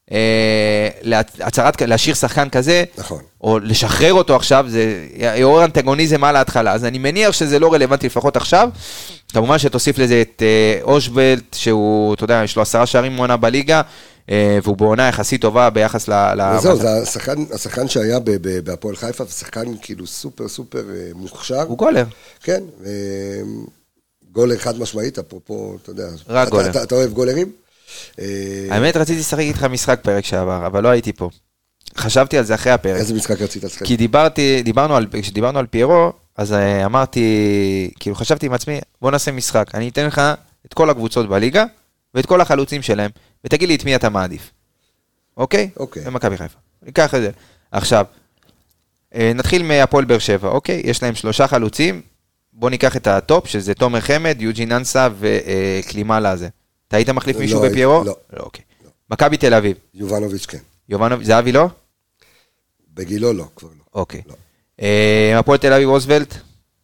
להשאיר שחקן כזה, או לשחרר אותו עכשיו, זה יעורר אנטגוניזם על ההתחלה, אז אני מניח שזה לא רלוונטי לפחות עכשיו, כמובן שתוסיף לזה את אושבלט, שהוא, אתה יודע, יש לו עשרה שערים מונה בליגה, והוא בעונה יחסית טובה ביחס ל... וזהו, זה השחקן שהיה בהפועל חיפה, שחקן כאילו סופר סופר מוכשר. הוא גולר. כן, גולר חד משמעית, אפרופו, אתה יודע. רק גולר. אתה אוהב גולרים? האמת, רציתי לשחק איתך משחק פרק שעבר, אבל לא הייתי פה. חשבתי על זה אחרי הפרק. איזה משחק רצית לשחק? כי דיברתי, דיברנו על, כשדיברנו על פיירו, אז אמרתי, כאילו חשבתי עם עצמי, בוא נעשה משחק, אני אתן לך את כל הקבוצות בליגה, ואת כל החלוצים שלהם, ותגיד לי את מי אתה מעדיף. אוקיי? אוקיי. במכבי חיפה. ניקח את זה. עכשיו, נתחיל מהפועל באר שבע, אוקיי? יש להם שלושה חלוצים, בוא ניקח את הטופ, שזה תומר חמד, יוג'י ננסה וקלימלה הזה. אתה היית מחליף מישהו בפיירו? לא. לא, אוקיי. מכבי תל אביב. יובנוביץ' כן. יובנוביץ', זהבי לא? בגילו לא, כבר לא. אוקיי. הפועל תל אביב אוסוולט?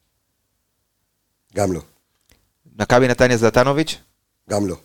גם לא. מכבי נתניה זלטנוביץ'? גם לא.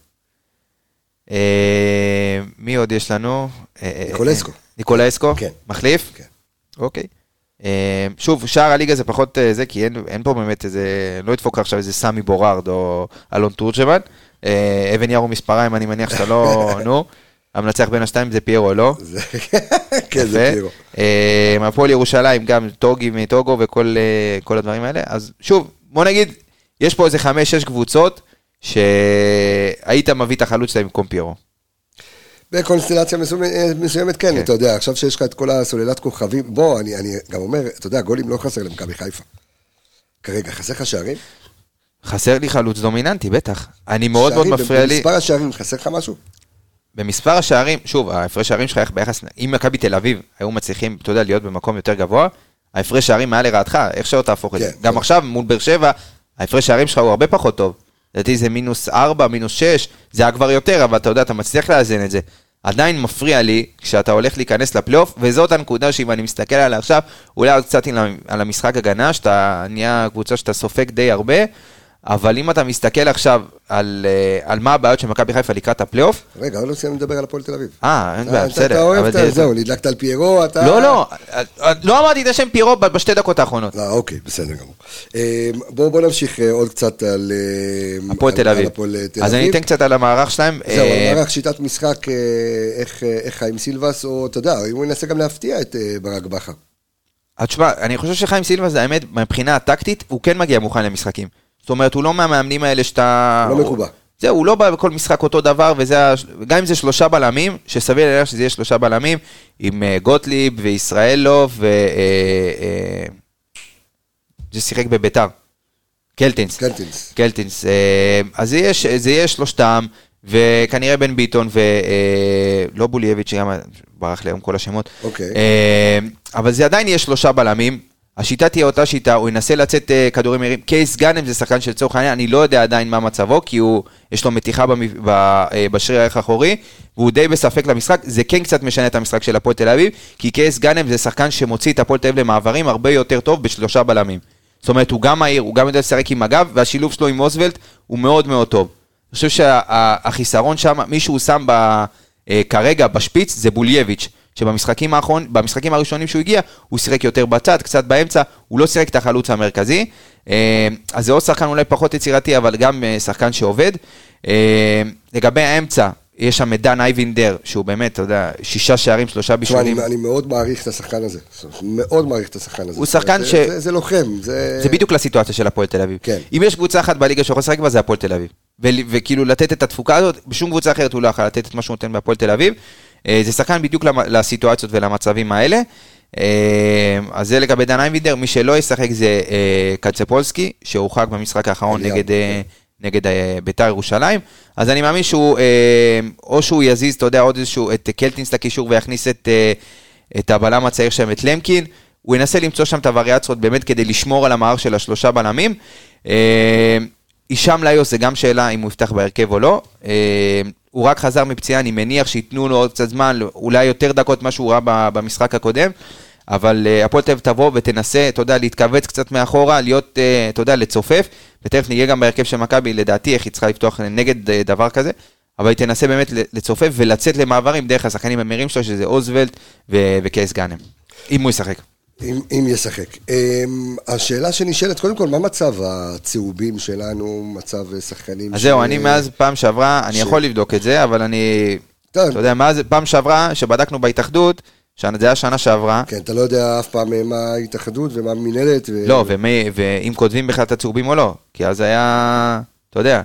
מי עוד יש לנו? ניקולסקו. ניקולסקו? כן. מחליף? כן. אוקיי. שוב, שער הליגה זה פחות זה, כי אין פה באמת איזה, לא ידפוק עכשיו איזה סמי בורארד או אלון תורג'מן. אבן ירו מספריים, אני מניח שאתה לא, נו. המנצח בין השתיים זה פיירו, לא? כן, זה פיירו. הפועל ירושלים, גם טוגי מטוגו וכל הדברים האלה. אז שוב, בוא נגיד, יש פה איזה חמש, שש קבוצות, שהיית מביא את החלוץ שלהם במקום פיירו. בקונסטלציה מסוימת, כן, אתה יודע, עכשיו שיש לך את כל הסוללת כוכבים, בוא, אני גם אומר, אתה יודע, גולים לא חסר למכבי חיפה. כרגע, חסר לך שערים? חסר לי חלוץ דומיננטי, בטח. אני מאוד מאוד מפריע לי. במספר השערים, חסר לך משהו? במספר השערים, שוב, ההפרש שערים שלך ביחס, אם מכבי תל אביב היו מצליחים, אתה יודע, להיות במקום יותר גבוה, ההפרש שערים מעל לרעתך, איך שלא תהפוך את זה. גם עכשיו, מול באר שבע, ההפרש שערים שלך הוא הרבה פחות טוב. לדעתי זה מינוס ארבע, מינוס שש, זה היה כבר יותר, אבל אתה יודע, אתה מצליח לאזן את זה. עדיין מפריע לי, כשאתה הולך להיכנס לפלייאוף, וזאת הנקודה שאם אני מסתכל עליה עכשיו, אולי עוד קצת על המשחק הגנה, שאתה נהיה קבוצה שאתה סופק די הרבה, אבל אם אתה מסתכל עכשיו על, על מה הבעיות של מכבי חיפה לקראת הפלייאוף... רגע, לא סיימנו לדבר על הפועל תל אביב. אה, אין בעיה, בסדר. אתה אוהב את זה, זהו, נדלקת על פיירו, אתה... לא, לא, לא אמרתי את השם פיירו בשתי דקות האחרונות. לא, אוקיי, בסדר גמור. בואו נמשיך עוד קצת על הפועל תל אביב. אז אני אתן קצת על המערך שלהם. זהו, המערך שיטת משחק, איך חיים סילבס, או אתה יודע, אם הוא ינסה גם להפתיע את ברק בכר. תשמע, אני חושב שחיים סילבס, האמת, מבחינה הטקטית, הוא כן מגיע מוכן למשחקים. זאת אומרת, הוא לא מהמאמנים האלה שאתה... לא מקובע. זהו, הוא לא בא בכל משחק אותו דבר, וגם אם זה שלושה בלמים, שסביר להניח שזה יהיה שלושה בלמים, עם גוטליב וישראלוב, ו... זה שיחק בביתר. קלטינס. קלטינס. קלטינס. אז זה יהיה שלושתם, וכנראה בן ביטון, ולא בולייביץ' שגם ברח ליום כל השמות. אוקיי. אבל זה עדיין יהיה שלושה בלמים, השיטה תהיה אותה שיטה, הוא ינסה לצאת uh, כדורים מהירים, קייס גאנם זה שחקן של צורך העניין, אני לא יודע עדיין מה מצבו, כי הוא, יש לו מתיחה במ, ב, uh, בשריר הערך האחורי, והוא די בספק למשחק, זה כן קצת משנה את המשחק של הפועל תל אביב, כי קייס גאנם זה שחקן שמוציא את הפועל תל אביב למעברים הרבה יותר טוב בשלושה בלמים. זאת אומרת, הוא גם מהיר, הוא גם יודע לשחק עם הגב, והשילוב שלו עם אוסוולט הוא מאוד מאוד טוב. אני חושב שהחיסרון שם, מישהו שם ב, uh, כרגע בשפיץ, זה בולייביץ'. שבמשחקים האחרון, במשחקים הראשונים שהוא הגיע, הוא שיחק יותר בצד, קצת באמצע, הוא לא שיחק את החלוץ המרכזי, אז זה עוד שחקן אולי פחות יצירתי, אבל גם שחקן שעובד. לגבי האמצע, יש שם דן אייבינדר, שהוא באמת, אתה יודע, שישה שערים, שלושה בישולים. אני מאוד מעריך את השחקן הזה. מאוד מעריך את השחקן הזה. הוא שחקן ש... זה לוחם. זה בדיוק לסיטואציה של הפועל תל אביב. אם יש קבוצה אחת בליגה שיכול לשחק בה, זה הפועל תל אביב. וכאילו לתת את התפוקה הזאת, בשום קבוצה אחרת הוא לא יכול לתת את מה שהוא נותן בהפועל תל אביב. זה שחקן בדיוק לסיטואציות ולמצבים האלה. אז זה לגבי דן אייבינדר, מי שלא ישחק זה קצפולסקי, שהורחק במשחק האחרון נגד... נגד ביתר ירושלים, אז אני מאמין שהוא, או שהוא יזיז, אתה יודע, עוד איזשהו, את קלטינס לקישור, ויכניס את, את הבלם הצעיר שם, את למקין, הוא ינסה למצוא שם את הווריאציות, באמת כדי לשמור על המערך של השלושה בלמים, אישם ליוס, זה גם שאלה אם הוא יפתח בהרכב או לא, הוא רק חזר מפציעה, אני מניח שיתנו לו עוד קצת זמן, אולי יותר דקות מה שהוא ראה במשחק הקודם, אבל הפועל תל אביב תבוא ותנסה, אתה יודע, להתכווץ קצת מאחורה, להיות, אתה יודע, לצופף, ותכף נגיע גם בהרכב של מכבי, לדעתי, איך היא צריכה לפתוח נגד דבר כזה, אבל היא תנסה באמת לצופף ולצאת למעברים דרך השחקנים המהירים שלו, שזה אוזוולט וקייס גאנם, אם הוא ישחק. אם, אם ישחק. השאלה שנשאלת, קודם כל, מה מצב הצהובים שלנו, מצב שחקנים? אז זהו, אני מאז פעם שעברה, אני יכול לבדוק את זה, אבל אני, אתה יודע, מאז פעם שעברה, שבדקנו בהתאחדות, זה היה שנה שעברה. כן, אתה לא יודע אף פעם מה ההתאחדות ומה המנהלת. לא, ואם כותבים בכלל את הצהובים או לא, כי אז היה, אתה יודע,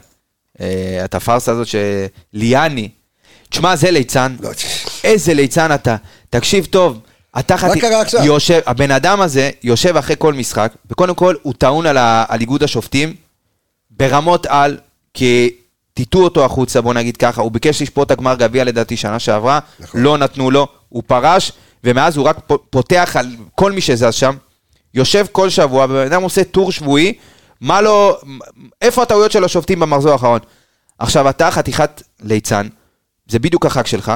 את הפרסה הזאת שליאני, תשמע, זה ליצן, איזה ליצן אתה, תקשיב טוב, אתה מה קרה עכשיו? יושב, הבן אדם הזה יושב אחרי כל משחק, וקודם כל הוא טעון על, על איגוד השופטים, ברמות על, כי תיתו אותו החוצה, בוא נגיד ככה, הוא ביקש לשפוט הגמר גביע לדעתי שנה שעברה, נכון. לא נתנו לו, הוא פרש, ומאז הוא רק פותח על כל מי שזז שם, יושב כל שבוע, ובן אדם עושה טור שבועי, מה לא, איפה הטעויות של השופטים במחזור האחרון? עכשיו אתה חתיכת ליצן, זה בדיוק החג שלך,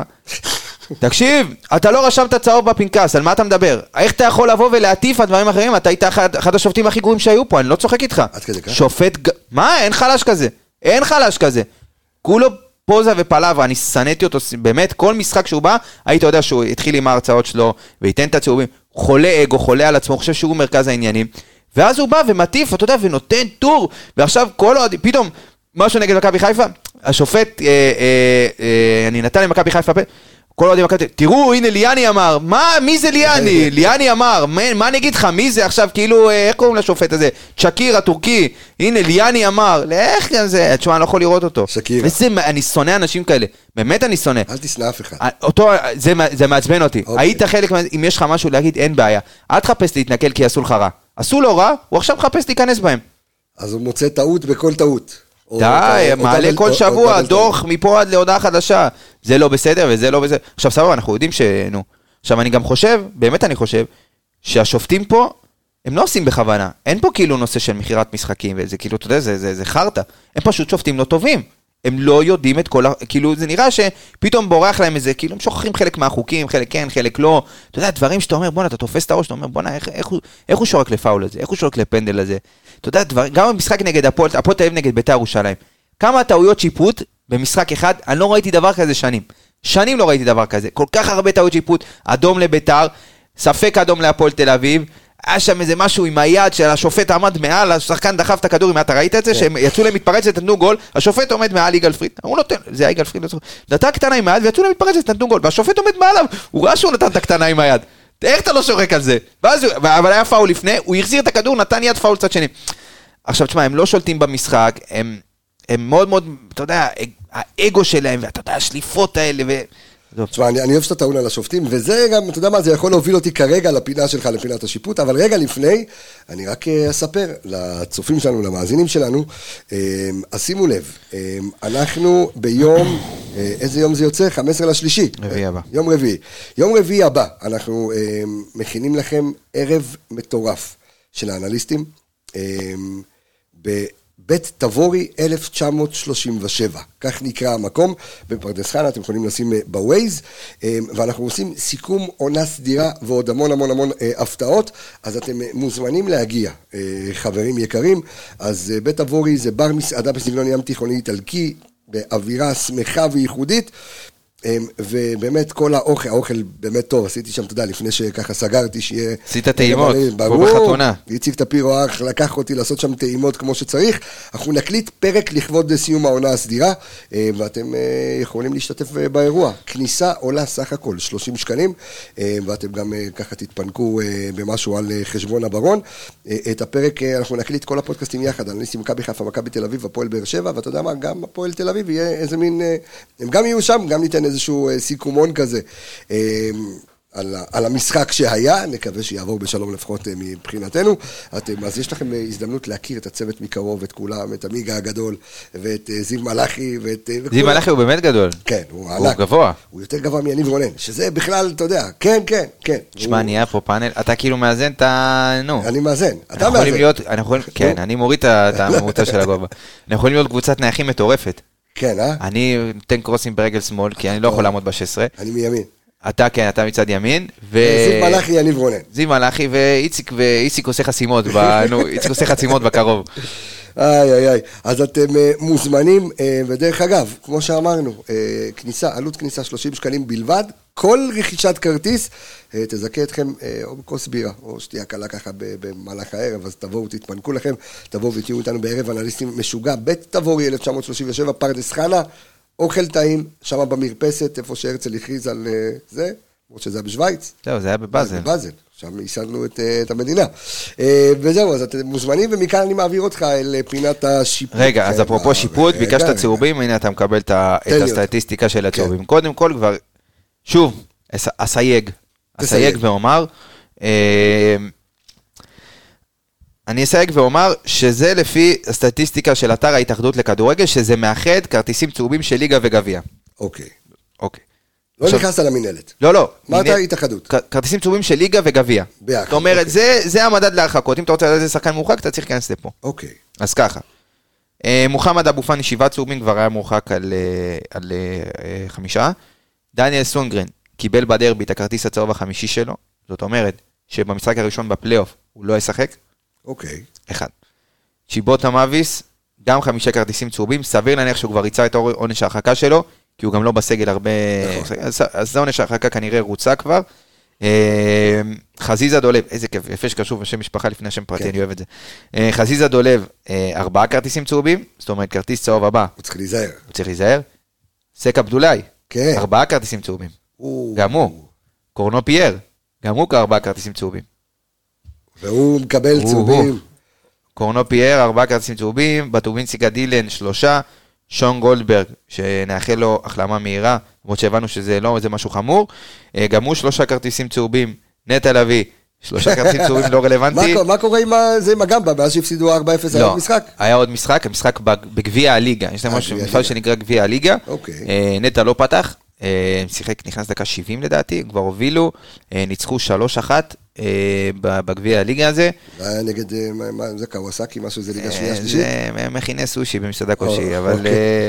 תקשיב, אתה לא רשמת צהוב בפנקס, על מה אתה מדבר? איך אתה יכול לבוא ולהטיף על דברים אחרים? אתה היית אחד, אחד השופטים הכי גרועים שהיו פה, אני לא צוחק איתך. שופט, מה? אין חלש כזה. אין חלש כזה. כולו פוזה ופלאברה, אני סנאתי אותו, באמת, כל משחק שהוא בא, היית יודע שהוא התחיל עם ההרצאות שלו, וייתן את הצהובים, חולה אגו, חולה על עצמו, חושב שהוא מרכז העניינים, ואז הוא בא ומטיף, אתה יודע, ונותן טור, ועכשיו כל עוד, פתאום, משהו נגד מכבי חיפה, השופט, אה, אה, אה, אני נתן למכבי חיפה, כל עוד מכבי, תראו, הנה ליאני אמר, מה, מי זה ליאני? ליאני אמר, מה, מה אני אגיד לך, מי זה עכשיו, כאילו, איך קוראים לשופט הזה? צ'קיר, הטורקי, הנה, ליאני אמר, לאיך גם זה, תשמע, אני לא יכול לראות אותו. שקיר. וזה, אני שונא אנשים כאלה, באמת אני שונא. אל תשנא אף אחד. אותו, זה, זה מעצבן אותי. היית חלק, אם יש לך משהו להגיד, אין בעיה. אל תחפש להתנקל כי עשו לך רע. עשו לו רע, הוא עכשיו מחפש להיכנס בהם. אז הוא מוצא טעות בכל טעות. די, מעלה כל שבוע, דוח מפה עד להודעה חדשה. זה לא בסדר וזה לא בסדר. עכשיו סבבה, אנחנו יודעים ש... נו. עכשיו אני גם חושב, באמת אני חושב, שהשופטים פה, הם לא עושים בכוונה. אין פה כאילו נושא של מחירת משחקים, וזה כאילו, אתה יודע, זה, זה, זה חרטה. הם פשוט שופטים לא טובים. הם לא יודעים את כל ה... כאילו, זה נראה שפתאום בורח להם איזה, כאילו, הם שוכחים חלק מהחוקים, חלק כן, חלק לא. אתה יודע, דברים שאתה אומר, בונה, אתה תופס את הראש, אתה אומר, בונה, איך, איך, איך הוא שורק לפאול הזה? איך הוא שורק לפנדל הזה? אתה יודע, דבר, גם במשחק נגד הפועל, הפועל תל אביב נגד ביתר ירושלים. כמה טעויות שיפוט במשחק אחד, אני לא ראיתי דבר כזה שנים. שנים לא ראיתי דבר כזה. כל כך הרבה טעויות שיפוט, אדום לביתר, ספק אדום להפועל תל אביב. היה שם איזה משהו עם היד של השופט עמד מעל, השחקן דחף את הכדור, אם אתה ראית את זה, שהם יצאו למתפרצת, נתנו גול, השופט עומד מעל יגאל פריד, הוא נותן, זה היה יגאל פריד, נתן קטנה עם היד, ויצאו למתפרצת, נתנו גול, והשופט עומד מעליו, הוא ראה שהוא נתן את הקטנה עם היד, איך אתה לא שורק על זה? ואז, אבל היה פאול לפני, הוא החזיר את הכדור, נתן יד פאול צד שני. עכשיו, תשמע, הם לא שולטים במשחק, הם, הם מאוד מאוד, אתה יודע, האגו שלהם, ואתה יודע, השליפות האלה, ו... תשמע, אני, אני אוהב שאתה טעון על השופטים, וזה גם, אתה יודע מה, זה יכול להוביל אותי כרגע לפינה שלך, לפינת השיפוט, אבל רגע לפני, אני רק אספר לצופים שלנו, למאזינים שלנו, אז שימו לב, אנחנו ביום, איזה יום זה יוצא? חמישה עשר לשלישי. רביעי הבא. יום רביעי. יום רביעי הבא, אנחנו מכינים לכם ערב מטורף של האנליסטים, ב... בית תבורי אלף תשע מאות שלושים ושבע, כך נקרא המקום, בפרדס חנה, אתם יכולים לשים בווייז, ואנחנו עושים סיכום עונה סדירה ועוד המון המון המון הפתעות, אז אתם מוזמנים להגיע, חברים יקרים, אז בית תבורי זה בר מסעדה בסגנון ים תיכוני איטלקי, באווירה שמחה וייחודית, ובאמת כל האוכל, האוכל באמת טוב, עשיתי שם, אתה יודע, לפני שככה סגרתי, שיהיה... עשית טעימות, כמו בחתונה. איציק טפירו אח לקח אותי לעשות שם טעימות כמו שצריך, אנחנו נקליט פרק לכבוד סיום העונה הסדירה, ואתם יכולים להשתתף באירוע. כניסה עולה סך הכל שלושים שקלים, ואתם גם ככה תתפנקו במשהו על חשבון הברון. את הפרק אנחנו נקליט כל הפודקאסטים יחד, אנליסטים מכבי חיפה, מכבי תל אביב, הפועל באר שבע, ואתה יודע מה, גם הפועל תל אביב יהיה איזה מין, הם גם יהיו שם, גם ניתן איזשהו סיכומון כזה על, על המשחק שהיה, נקווה שיעבור בשלום לפחות מבחינתנו. אתם, אז יש לכם הזדמנות להכיר את הצוות מקרוב, את כולם, את המיגה הגדול, ואת זיו מלאכי, ואת... זיו מלאכי הוא באמת גדול. כן, הוא הוא גבוה. הוא יותר גבוה מיניב רונן, שזה בכלל, אתה יודע, כן, כן, כן. תשמע, הוא... נהיה פה פאנל, אתה כאילו מאזן את ה... נו. אני מאזן, אתה מאזן. להיות, מאזן. כן, אני מוריד את הממוצע של הגובה. אנחנו יכולים להיות קבוצת נייחים מטורפת. כן, אה? אני נותן קרוסים ברגל שמאל, כי אני לא יכול לעמוד ב-שש עשרה. אני מימין. אתה כן, אתה מצד ימין. זיו מלאכי, יניב רונן. זיו מלאכי ואיציק, ואיציק עושה חסימות, נו, איציק עושה חסימות בקרוב. איי איי איי, אז אתם מוזמנים, ודרך אגב, כמו שאמרנו, כניסה, עלות כניסה שלושים שקלים בלבד, כל רכישת כרטיס תזכה אתכם או בכוס בירה, או שתהיה קלה ככה במהלך הערב, אז תבואו, תתפנקו לכם, תבואו ותהיו איתנו בערב אנליסטים משוגע, בית תבורי אלף תשע מאות שלושים ושבע, פרדס חנה, אוכל טעים, שם במרפסת, איפה שהרצל הכריז על זה, או שזה היה בשוויץ. זהו, זה היה בבאזל. בבאזל, שם ייסדנו את, את המדינה. וזהו, אז אתם מוזמנים, ומכאן אני מעביר אותך אל פינת השיפוט. רגע, אז אפרופו שיפוט, ביקשת צהובים, הנה אתה מקבל את הסטטיסטיקה של הצהובים. קודם כל כבר, שוב, אסייג, אסייג ואומר, אני אסייג ואומר שזה לפי הסטטיסטיקה של אתר ההתאחדות לכדורגל, שזה מאחד כרטיסים צהובים של ליגה וגביע. אוקיי. אוקיי. לא נכנס על המנהלת. לא, לא. מה אתה התאחדות? כרטיסים צהובים של ליגה וגביע. ביחד. זאת אומרת, זה המדד להרחקות. אם אתה רוצה לדעת איזה שחקן מורחק, אתה צריך להיכנס לפה. אוקיי. אז ככה. מוחמד אבו פאני, שבעה צהובים, כבר היה מורחק על חמישה. דניאל סונגרן קיבל בדרבי את הכרטיס הצהוב החמישי שלו. זאת אומרת, שבמשחק הראשון בפלייאוף הוא לא ישחק. אוקיי. אחד. צ'יבוטה מאביס, גם חמישה כרטיסים צהובים, סביר להניח שהוא כבר ריצה את עונש ההרחקה שלו, כי הוא גם לא בסגל הרבה, אז, אז זה עונש ההרחקה כנראה רוצה כבר. חזיזה דולב, איזה כיף, יפה שקשור בשם משפחה לפני השם פרטי, אני אוהב את זה. חזיזה דולב, ארבעה כרטיסים צהובים, זאת אומרת כרטיס צהוב הבא. הוא צריך להיזהר. הוא צריך להיזהר. סק אבדולאי, כן. ארבעה כרטיסים צהובים. גם הוא. קורנו פייר, גם הוא כארבעה כרטיסים צהובים. והוא מקבל צהובים. קורנו פייר, ארבעה כרטיסים צהובים, בטובינציקה דילן, שלושה, שון גולדברג, שנאחל לו החלמה מהירה, למרות שהבנו שזה לא, זה משהו חמור, גם הוא שלושה כרטיסים צהובים, נטע לביא, שלושה כרטיסים צהובים לא רלוונטי. מה קורה עם זה עם הגמבה, מאז שהפסידו ארבע אפס, היה עוד משחק? היה עוד משחק, המשחק בגביע הליגה, יש להם משהו, מפעל שנקרא גביע הליגה, נטע לא פתח, שיחק, נכנס דקה שבעים לדעתי, כבר הובילו, ניצחו שלוש אחת בגביע הליגה הזה. זה היה נגד, זה קוואסקי, משהו, זה ליגה שנייה שלישית? זה מכיני סושי במסעדה כלשהי, אבל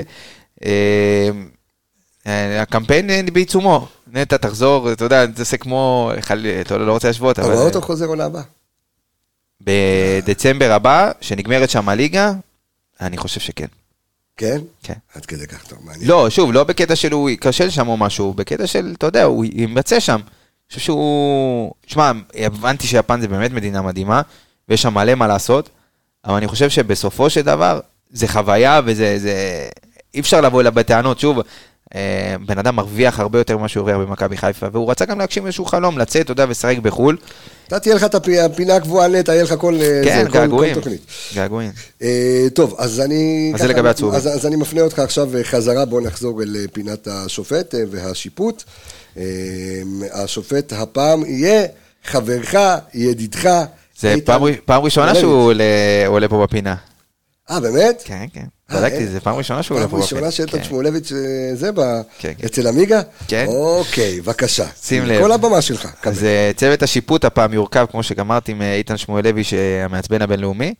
הקמפיין בעיצומו, נטע תחזור, אתה יודע, זה כמו, אתה לא רוצה להשוות, אבל... אבל אותו חוזר עונה הבא. בדצמבר הבא, שנגמרת שם הליגה, אני חושב שכן. כן? כן. עד כדי כך טוב, מעניין. לא, שוב, לא בקטע של הוא יקשל שם או משהו, בקטע של, אתה יודע, הוא ימצא שם. אני חושב שהוא... שמע, הבנתי שיפן זה באמת מדינה מדהימה, ויש שם מלא מה לעשות, אבל אני חושב שבסופו של דבר, זה חוויה וזה... זה... אי אפשר לבוא אליו בטענות, שוב, בן אדם מרוויח הרבה יותר ממה שהוא הרוויח במכבי חיפה, והוא רצה גם להגשים איזשהו חלום, לצאת, אתה יודע, ושחק בחול. אתה תהיה לך את הפינה הקבועה נטע, תהיה לך כל תוכנית. געגועים. טוב, אז אני... אז זה לגבי הצהובים. אז אני מפנה אותך עכשיו חזרה, בוא נחזור אל פינת השופט והשיפוט. השופט הפעם יהיה חברך, ידידך. זה פעם ראשונה שהוא עולה פה בפינה. אה, באמת? כן, כן. בדקתי, זה פעם ראשונה שהוא עולה פה בפינה. פעם ראשונה שאלתן שמואלביץ' זה אצל עמיגה? כן. אוקיי, בבקשה. שים לב. כל הבמה שלך. אז צוות השיפוט הפעם יורכב, כמו שגמרתי עם איתן שמואלביץ' המעצבן הבינלאומי.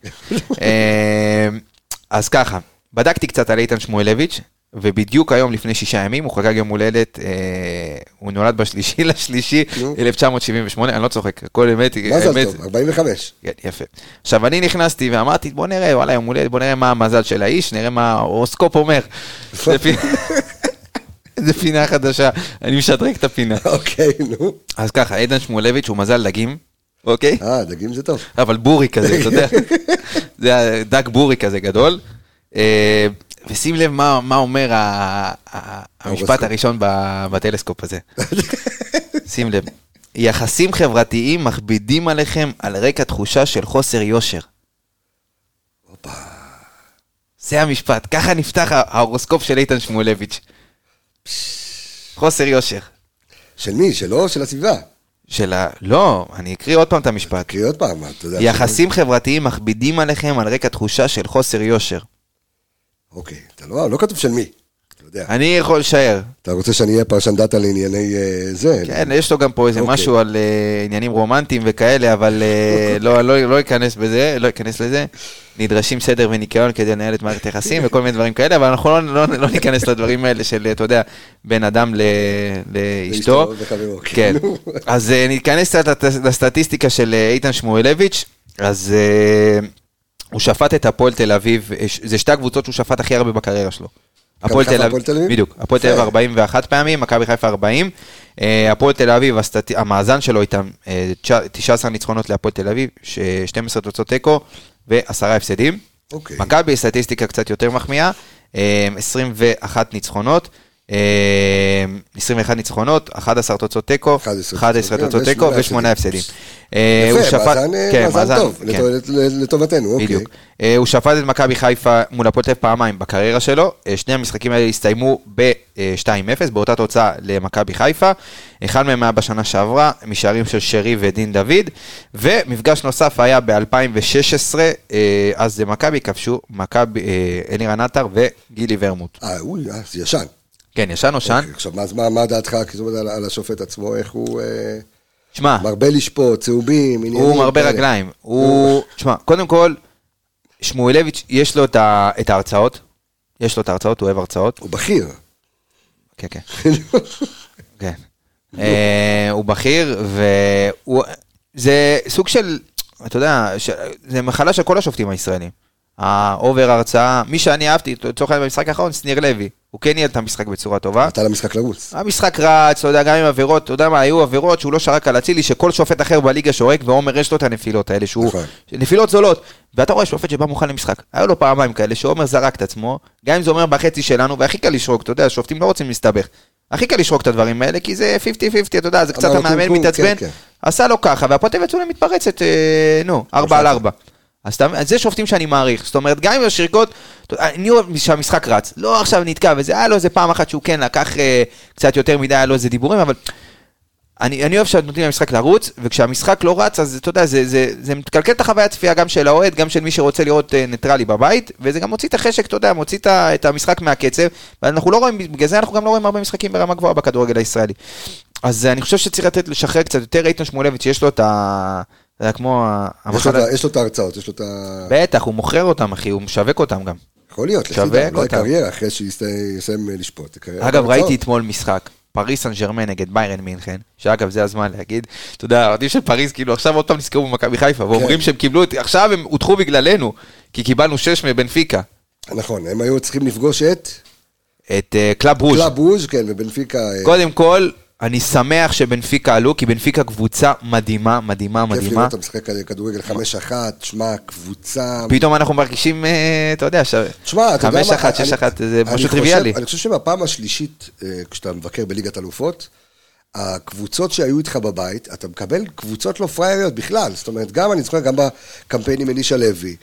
אז ככה, בדקתי קצת על איתן שמואלביץ', ובדיוק היום לפני שישה ימים, הוא חגג יום הולדת, הוא נולד בשלישי לשלישי, אלף תשע מאות שבעים ושמונה, אני לא צוחק, הכל אמת. מזל טוב, ארבעים וחמש. יפה. עכשיו, אני נכנסתי ואמרתי, בוא נראה, וואלה, יום הולדת, בוא נראה מה המזל של האיש, נראה מה ההורוסקופ אומר. איזה פינה חדשה, אני משדרג את הפינה. אוקיי, נו. אז ככה, עדן שמואלביץ' הוא מזל דגים, אוקיי? אה, דגים זה טוב. אבל בורי כזה, אתה יודע. זה דג בורי כזה גדול. ושים לב מה אומר המשפט הראשון בטלסקופ הזה. שים לב. יחסים חברתיים מכבידים עליכם על רקע תחושה של חוסר יושר. זה המשפט, ככה נפתח ההורוסקופ של איתן שמואלביץ'. חוסר יושר. של מי? שלו? של הסביבה? של ה... לא, אני אקריא עוד פעם את המשפט. אקריא עוד פעם, אתה יודע. יחסים חברתיים מכבידים עליכם על רקע תחושה של חוסר יושר. אוקיי, אתה לא, לא כתוב של מי. אני יכול לשער. אתה רוצה שאני אהיה פרשן דאטה לענייני זה? כן, יש לו גם פה איזה משהו על עניינים רומנטיים וכאלה, אבל לא ייכנס בזה, לא ייכנס לזה. נדרשים סדר וניקיון כדי לנהל את מערכת יחסים וכל מיני דברים כאלה, אבל אנחנו לא ניכנס לדברים האלה של, אתה יודע, בין אדם לאשתו. כן. אז ניכנס לסטטיסטיקה של איתן שמואלביץ', אז הוא שפט את הפועל תל אביב, זה שתי הקבוצות שהוא שפט הכי הרבה בקריירה שלו. הפועל תל אביב, בדיוק, הפועל תל אביב ארבעים ואחת פעמים, מכבי חיפה ארבעים, הפועל תל אביב, המאזן שלו איתם, תשע עשרה ניצחונות להפועל תל אביב, שתים עשרה תוצאות תיקו, ועשרה הפסדים. מכבי סטטיסטיקה קצת יותר מחמיאה, עשרים ואחת ניצחונות, עשרים ואחת ניצחונות, אחת עשרה תוצאות תיקו, אחת עשרה תוצאות תיקו ושמונה הפסדים. יפה, מאזן טוב, לטובתנו, אוקיי. הוא שפט את מכבי חיפה מול הפועל תל אביב פעמיים בקריירה שלו, שני המשחקים האלה הסתיימו ב-שתיים אפס, באותה תוצאה למכבי חיפה, אחד מהם היה בשנה שעברה, משערים של שרי ודין דוד, ומפגש נוסף היה ב-אלפיים ושש עשרה, אז זה מכבי כבשו, מכבי אלירן עטר וגילי ורמוט. אה, אוי, זה ישן. כן, ישן או שן. עכשיו, מה דעתך על השופט עצמו, איך הוא... שמה. מרבה לשפוט, צהובים, עניינים. הוא מרבה רגליים. הוא... שמה, קודם כל, שמואלביץ' יש לו את ההרצאות. יש לו את ההרצאות, הוא אוהב הרצאות. הוא בכיר. כן, כן. כן. הוא בכיר, וזה סוג של, אתה יודע, זה מחלה של כל השופטים הישראלים. האובר הרצאה, מי שאני אהבתי, לצורך העניין במשחק האחרון, שניר לוי, הוא כן ניהל את המשחק בצורה טובה. אתה למשחק לרוץ. המשחק רץ, אתה יודע, גם עם עבירות, אתה יודע מה, היו עבירות שהוא לא שרק על הצילי, שכל שופט אחר בליגה שורק, ועומר יש לו את הנפילות האלה, שהוא, נפילות זולות, ואתה רואה שופט שבא מוכן למשחק, היו לו פעמיים כאלה, שעומר זרק את עצמו, גם אם זה אומר בחצי שלנו, והכי קל לשרוק, אתה יודע, שופטים לא רוצים להסתבך. הכי קל לשרוק את הדברים האלה, כי זה חמישים חמישים, אתה יודע, זה קצת המאמן מתעצבן, עשה לו ככה, והפועל יצאו למתפרצת, נו, ארבע על ארבע. אז זה שופטים שאני מעריך, זאת אומרת, גם אם השריקות, אני אוהב שהמשחק רץ, לא עכשיו נתקע, וזה היה לו איזה פעם אחת שהוא כן לקח קצת יותר מדי, היה לו איזה דיבורים, אבל אני, אני אוהב שנותנים למשחק לרוץ, וכשהמשחק לא רץ, אז אתה יודע, זה, זה, זה מתקלקל את החוויה הצפייה גם של האוהד, גם של מי שרוצה לראות ניטרלי בבית, וזה גם מוציא את החשק, אתה יודע, מוציא את המשחק מהקצב, ואנחנו לא רואים, בגלל זה אנחנו גם לא רואים הרבה משחקים ברמה גבוהה בכדורגל הישראלי. אז אני חושב שצריך לתת לשחרר קצת יותר איתן שמואלביץ' יש לו את ה... זה כמו... יש לו את ההרצאות, יש לו את ה... בטח, הוא מוכר אותם, אחי, הוא משווק אותם גם. יכול להיות, שווק אותם. קריירה, אחרי שיסיים לשפוט. אגב, ראיתי אתמול משחק, פריס סן ז'רמן נגד ביירן מינכן, שאגב, זה הזמן להגיד, אתה יודע, האוהדים של פריס, כאילו, עכשיו עוד פעם נזכרו במכבי חיפה, ואומרים שהם קיבלו, עכשיו הם הודחו בגללנו, כי קיבלנו שש מבנפיקה. נכון, הם היו צריכים לפגוש את... את קלאב רוז'. קלאב רוז', כן, ובנפיקה... קודם כל, אני שמח שבנפיקה עלו, כי בנפיקה קבוצה מדהימה, מדהימה, מדהימה. כיף לראות, המשחק כדורגל חמש אחת, שמה, קבוצה... פתאום אנחנו מרגישים, אתה יודע, חמש אחת, שש אחת, זה משהו טריוויאלי. אני חושב שבפעם השלישית, כשאתה מבקר בליגת אלופות, הקבוצות שהיו איתך בבית, אתה מקבל קבוצות לא פרייריות בכלל, זאת אומרת, גם אני זוכר, גם בקמפיין עם אלישע לוי.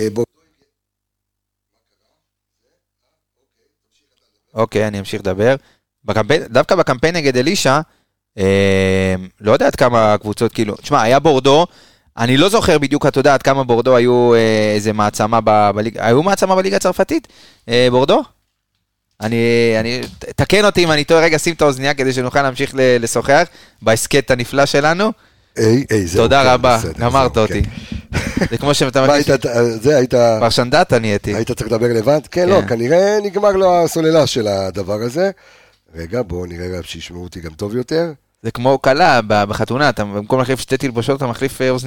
אוקיי, אני אמשיך לדבר. דווקא בקמפיין נגד אלישע, לא יודע עד כמה הקבוצות, כאילו, תשמע, היה בורדו, אני לא זוכר בדיוק, אתה יודע, עד כמה בורדו היו איזה מעצמה בליגה, היו מעצמה בליגה הצרפתית, בורדו? אני, אני, תקן אותי אם אני טועה, רגע, שים את האוזנייה כדי שנוכל להמשיך לשוחח, בהסקט הנפלא שלנו. תודה רבה, גמרת אותי. זה כמו שאתה מרגיש, פרשן דאטה נהייתי. היית צריך לדבר לבד? כן, לא, כנראה נגמר לו הסוללה של הדבר הזה. רגע, בואו נראה שישמעו אותי גם טוב יותר. זה כמו קלה בחתונה, אתה במקום להחליף שתי תלבושות, אתה מחליף אוזניות.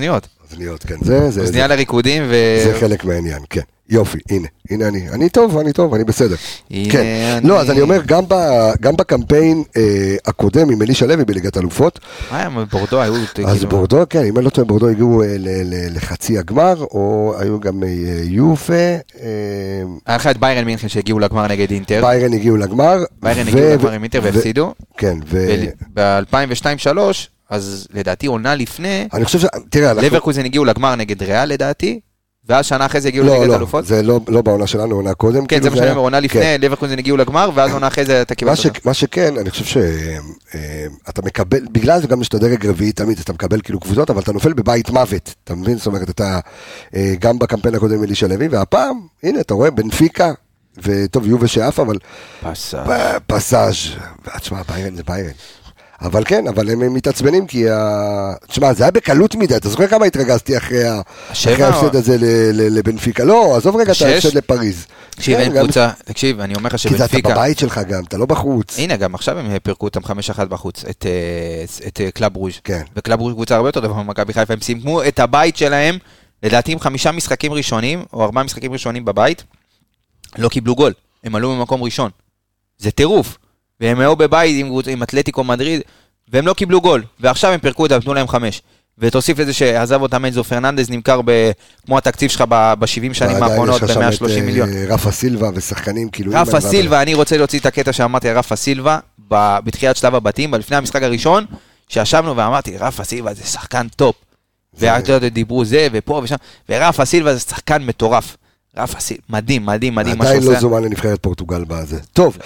אוזניות, כן, זה, זה, אוזניה לריקודים ו... זה חלק מהעניין, כן. יופי, הנה, הנה אני, אני טוב, אני טוב, אני בסדר. הנה כן. אני... לא, אז אני אומר, גם, ב, גם בקמפיין אה, הקודם עם אלישע לוי בליגת אלופות, מה היה, בורדו היו... אז כאילו... בורדו, כן, אם אני לא טועה, בורדו הגיעו אה, ל, ל, לחצי הגמר, או היו גם אה, יופה, אה, היה לך את ביירן מינכן שהגיעו לגמר נגד אינטר. ביירן הגיעו לגמר. ביירן ו- הגיעו לגמר עם אינטר והפסידו. כן, ו... ב-אלפיים ושתיים שלוש, אז לדעתי עונה לפני, אני חושב ש... תראה, אנחנו... לברקוזן הגיעו לגמר נגד ריאל לדעתי, ואז שנה אחרי זה הגיעו לא, לליגת לא, אלופות. זה לא, לא בעונה שלנו, עונה קודם. כן, זה מה שאני אומר, עונה לפני, כן. לברקוזן הגיעו לגמר, ואז עונה אחרי זה אתה קיבלת אותה. מה שכן, אני חושב שאתה מקבל, בגלל זה גם יש את הדרג רביעי תמיד, אתה מקבל כאילו קבוצות, אבל אתה נופל בבית מוות, אתה מבין? זאת אומרת, אתה גם בקמפיין הקודם אלישע לוי, והפעם, הנה, אתה רואה, בנפיקה, וטוב, יובה שאף, אבל... פסאז'. פסאז'. תשמע, ביירן זה ביירן. אבל כן, אבל הם מתעצבנים כי ה... תשמע, זה היה בקלות מדי, אתה זוכר כמה התרגזתי אחרי ההפסד הזה לבנפיקה? לא, עזוב רגע את ההפסד לפריז. תקשיב, אין קבוצה, תקשיב, אני אומר לך שבנפיקה... כי אתה בבית שלך גם, אתה לא בחוץ. הנה, גם עכשיו הם פירקו אותם חמש אחת בחוץ, את קלאב רוז'. כן. וקלאב רוז' קבוצה הרבה יותר טובה ממכבי חיפה, הם סיימו את הבית שלהם, לדעתי עם חמישה משחקים ראשונים, או ארבעה משחקים ראשונים בבית, לא קיבלו גול, הם עלו ממקום ראשון. זה טירוף. והם היו בבית עם, עם אתלטיקו מדריד, והם לא קיבלו גול, ועכשיו הם פרקו אותם, תנו להם חמש. ותוסיף לזה שעזב אותם אנזו פרננדז, נמכר ב, כמו התקציב שלך ב-שבעים שנים האחרונות, ב-מאה ושלושים מיליון. רפה סילבה ושחקנים כאילו... רפה סילבה, אני רוצה להוציא את הקטע שאמרתי, רפה סילבה, בתחילת שלב הבתים, לפני המשחק הראשון, שישבנו ואמרתי, רפה סילבה זה שחקן טופ. ודיברו זה ופה ושם, ורפה סילבה זה שחקן מטורף. רפה סילבה, מדהים, מדהים, מדהים. עדיין לא זומן לנבחרת פורטוגל בזה. טוב,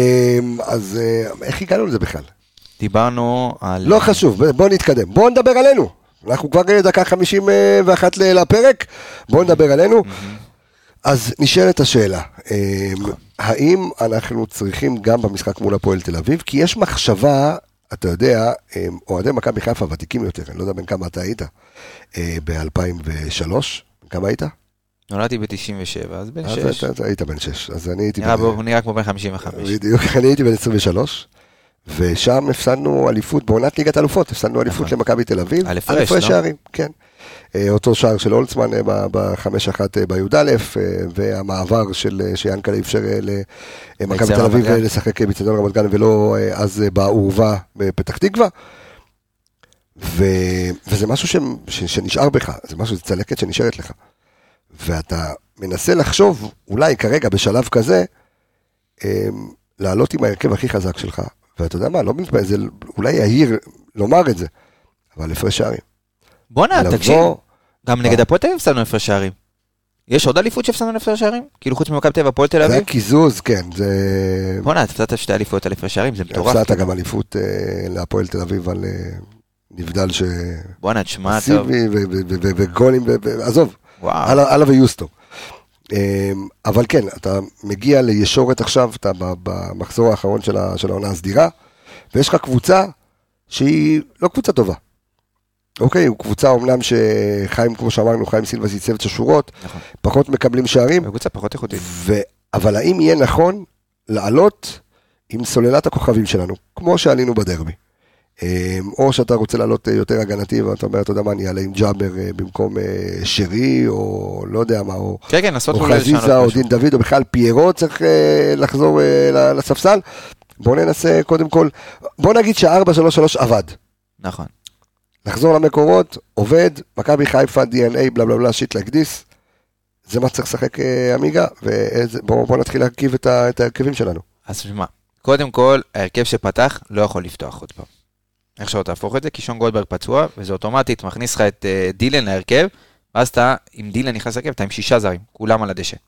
אז איך הגענו לזה בכלל? דיברנו על... לא חשוב, בואו נתקדם, בואו נדבר עלינו. אנחנו כבר דקה חמישים ואחת לפרק, בואו נדבר עלינו. אז נשאלת השאלה, האם אנחנו צריכים גם במשחק מול הפועל תל אביב? כי יש מחשבה, אתה יודע, אוהדי מכבי חיפה ותיקים יותר, אני לא יודע בין כמה אתה היית, ב-אלפיים ושלוש, כמה היית? נולדתי ב-תשעים ושבע, אז בן שש. אז היית בן שש, אז אני הייתי... נראה כמו בן חמישים וחמש. בדיוק, אני הייתי בן עשרים ושלוש, ושם הפסדנו אליפות, בעונת ליגת אלופות, הפסדנו אליפות למכבי תל אביב. על הפרש, לא? שערים, כן. אותו שער של אולצמן ב-חמש אחת בי"א, והמעבר של שיאנקל'ה אפשר למכבי תל אביב לשחק בצדון רמת גן, ולא אז בעורבה בפתח תקווה. וזה משהו שנשאר בך, זה משהו, זה צלקת שנשארת לך. ואתה מנסה לחשוב, אולי כרגע בשלב כזה, לעלות עם ההרכב הכי חזק שלך, ואתה יודע מה, לא מתפעל, זה אולי יהיר לומר את זה, אבל הפרש שערים. בוא'נה, תקשיב, גם נגד הפועל תל אביב הפסדנו הפרש שערים. יש עוד אליפות שהפסדנו הפרש שערים? כאילו חוץ ממכבי תל אביב, הפועל תל אביב? זה היה קיזוז, כן, זה... בוא'נה, הפסדת שתי אליפות על הפרש שערים, זה מטורף. הפסדת גם אליפות להפועל תל אביב על נבדל ש... בוא'נה, תשמע טוב. וגולים, עזוב. הלאה ויוסטו. אבל כן, אתה מגיע לישורת עכשיו, אתה במחזור האחרון של העונה הסדירה, ויש לך קבוצה שהיא לא קבוצה טובה. אוקיי, הוא קבוצה אומנם שחיים, כמו שאמרנו, חיים סילבס ייצב את השורות, פחות מקבלים שערים. קבוצה פחות איכותית. אבל האם יהיה נכון לעלות עם סוללת הכוכבים שלנו, כמו שעלינו בדרבי? או שאתה רוצה לעלות יותר הגנתי, ואתה אומר, אתה יודע מה, אני אעלה עם ג'אבר במקום שרי, או לא יודע מה, או חזיזה, או דין דוד, או בכלל פיירו צריך לחזור לספסל. בואו ננסה קודם כל, בואו נגיד ש-ארבע שלוש שלוש עבד. נכון. לחזור למקורות, עובד, מכבי חיפה, די אן איי, בלה בלה בלה, שיט like this. זה מה צריך לשחק עמיגה, ובואו נתחיל להרכיב את ההרכבים שלנו. אז שמה, קודם כל, ההרכב שפתח לא יכול לפתוח עוד פעם. איך שאתה תהפוך את זה? כי שון גולדברג פצוע, וזה אוטומטית מכניס לך את uh, דילן להרכב, ואז אתה, אם דילן נכנס להרכב, אתה עם שישה זרים, כולם על הדשא.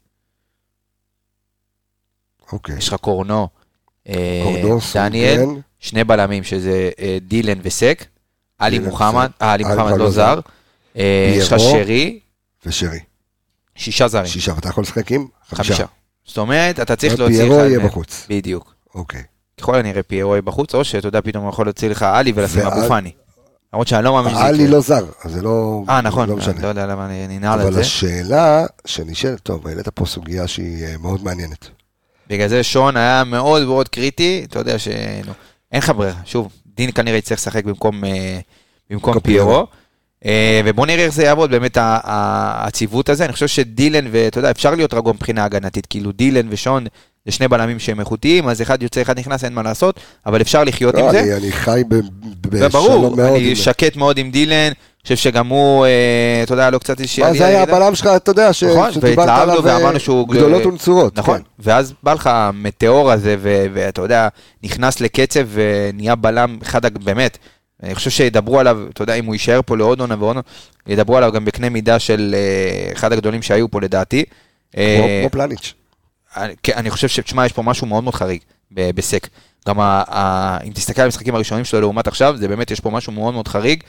אוקיי. יש לך קורנו, קורנו uh, דניאל, כן. שני בלמים, שזה uh, דילן וסק, אלי מוחמד, אה, אלי מוחמד לא זר, uh, יש לך שרי, ושרי. שישה זרים. שישה, ואתה יכול לשחק עם חמישה. חמישה. זאת אומרת, אתה צריך להוציא... פיירו יהיה בחוץ. בדיוק. אוקיי. ככל הנראה פיירו יהיה בחוץ, או שאתה יודע, פתאום יכול להוציא לך אלי ולשים אבו פאני. למרות שאני לא מאמין שזה... אלי לא זר, אז זה לא... אה, נכון, לא יודע למה אני ננעל את זה. אבל השאלה שנשאלת, טוב, העלית פה סוגיה שהיא מאוד מעניינת. בגלל זה שון היה מאוד מאוד קריטי, אתה יודע שאין לך ברירה, שוב, דין כנראה יצטרך לשחק במקום פיירו, ובוא נראה איך זה יעבוד, באמת הציוות הזה, אני חושב שדילן, ואתה יודע, אפשר להיות רגוע מבחינה הגנתית, כאילו דילן ושון, זה שני בלמים שהם איכותיים, אז אחד יוצא, אחד נכנס, אין מה לעשות, אבל אפשר לחיות עם זה. אני חי בשלום ברור, מאוד. אני שקט מאוד עם דילן, אני חושב שגם הוא, אתה יודע, לא קצת אישי. מה זה היה הבלם שלך, אתה יודע, שדיברת עליו גדולות ונצורות. נכון, ואז בא לך המטאור הזה, ואתה יודע, נכנס לקצב ונהיה בלם אחד, באמת, אני חושב שידברו עליו, אתה יודע, אם הוא יישאר פה לעוד עונה ועוד עונה, ידברו עליו גם בקנה מידה של אחד הגדולים שהיו פה לדעתי. כמו פלניץ'. אני חושב שתשמע, יש פה משהו מאוד מאוד חריג בסק. גם אם תסתכל על המשחקים הראשונים שלו לעומת עכשיו, זה באמת, יש פה משהו מאוד מאוד חריג.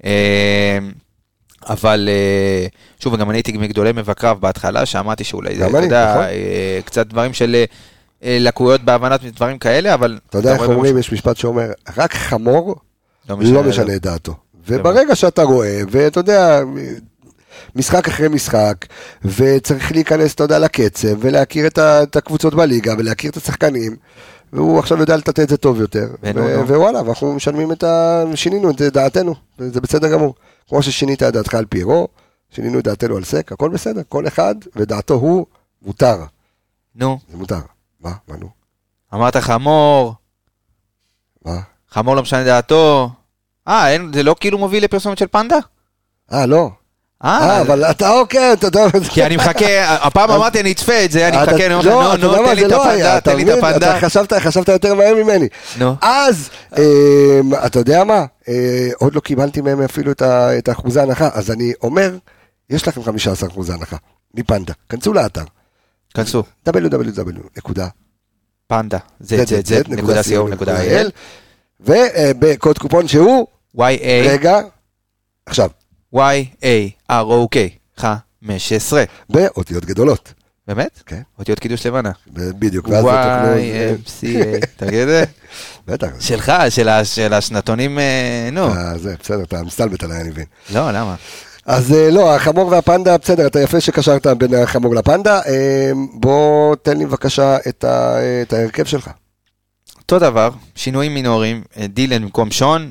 אבל שוב, וגם אני הייתי מגדולי מבקריו בהתחלה, שאמרתי שאולי זה, אתה יודע, קצת דברים של לקויות בהבנת דברים כאלה, אבל... אתה יודע איך אומרים, יש משפט שאומר, רק חמור לא משנה את דעתו. וברגע שאתה רואה, ואתה יודע... משחק אחרי משחק, וצריך להיכנס, אתה יודע, לקצב, ולהכיר את הקבוצות בליגה, ולהכיר את השחקנים, והוא עכשיו יודע לתת את זה טוב יותר, ווואלה, ואנחנו משלמים את ה... שינינו את דעתנו, זה בסדר גמור. כמו ששינית את דעתך על פיירו, שינינו את דעתנו על סק, הכל בסדר, כל אחד, ודעתו הוא מותר. נו. זה מותר. מה? מה נו? אמרת חמור. מה? חמור לא משנה דעתו. אה, זה לא כאילו מוביל לפרסומת של פנדה? אה, לא. אה, אבל אתה אוקיי, אתה יודע... כי אני מחכה, הפעם אמרתי, אני אצפה את זה, אני מחכה, אני אומר, נו, נו, תן לי את הפנדה, תן לי את הפנדה. אתה חשבת, חשבת יותר מהר ממני. אז, אתה יודע מה? עוד לא קיבלתי מהם אפילו את האחוזי הנחה, אז אני אומר, יש לכם חמישה עשר אחוזי הנחה, מפנדה. כנסו לאתר. כנסו. דאבליו דאבליו דאבליו נקודה פנדה, זד זד זד נקודה סי או נקודה איי אל, ובקוד קופון שהוא, וואי איי, רגע, עכשיו, וואי איי אר או קיי חמש עשרה. באותיות גדולות. באמת? כן. אותיות קידוש לבנה. בדיוק. וואי אם סי איי. תגיד את זה? בטח. שלך, של השנתונים, נו. זה, בסדר, אתה מסתלבט עליי, אני מבין. לא, למה? אז לא, החמור והפנדה, בסדר, אתה יפה שקשרת בין החמור לפנדה. בוא תן לי בבקשה את ההרכב שלך. אותו דבר, שינויים מינוריים, דילן במקום שון,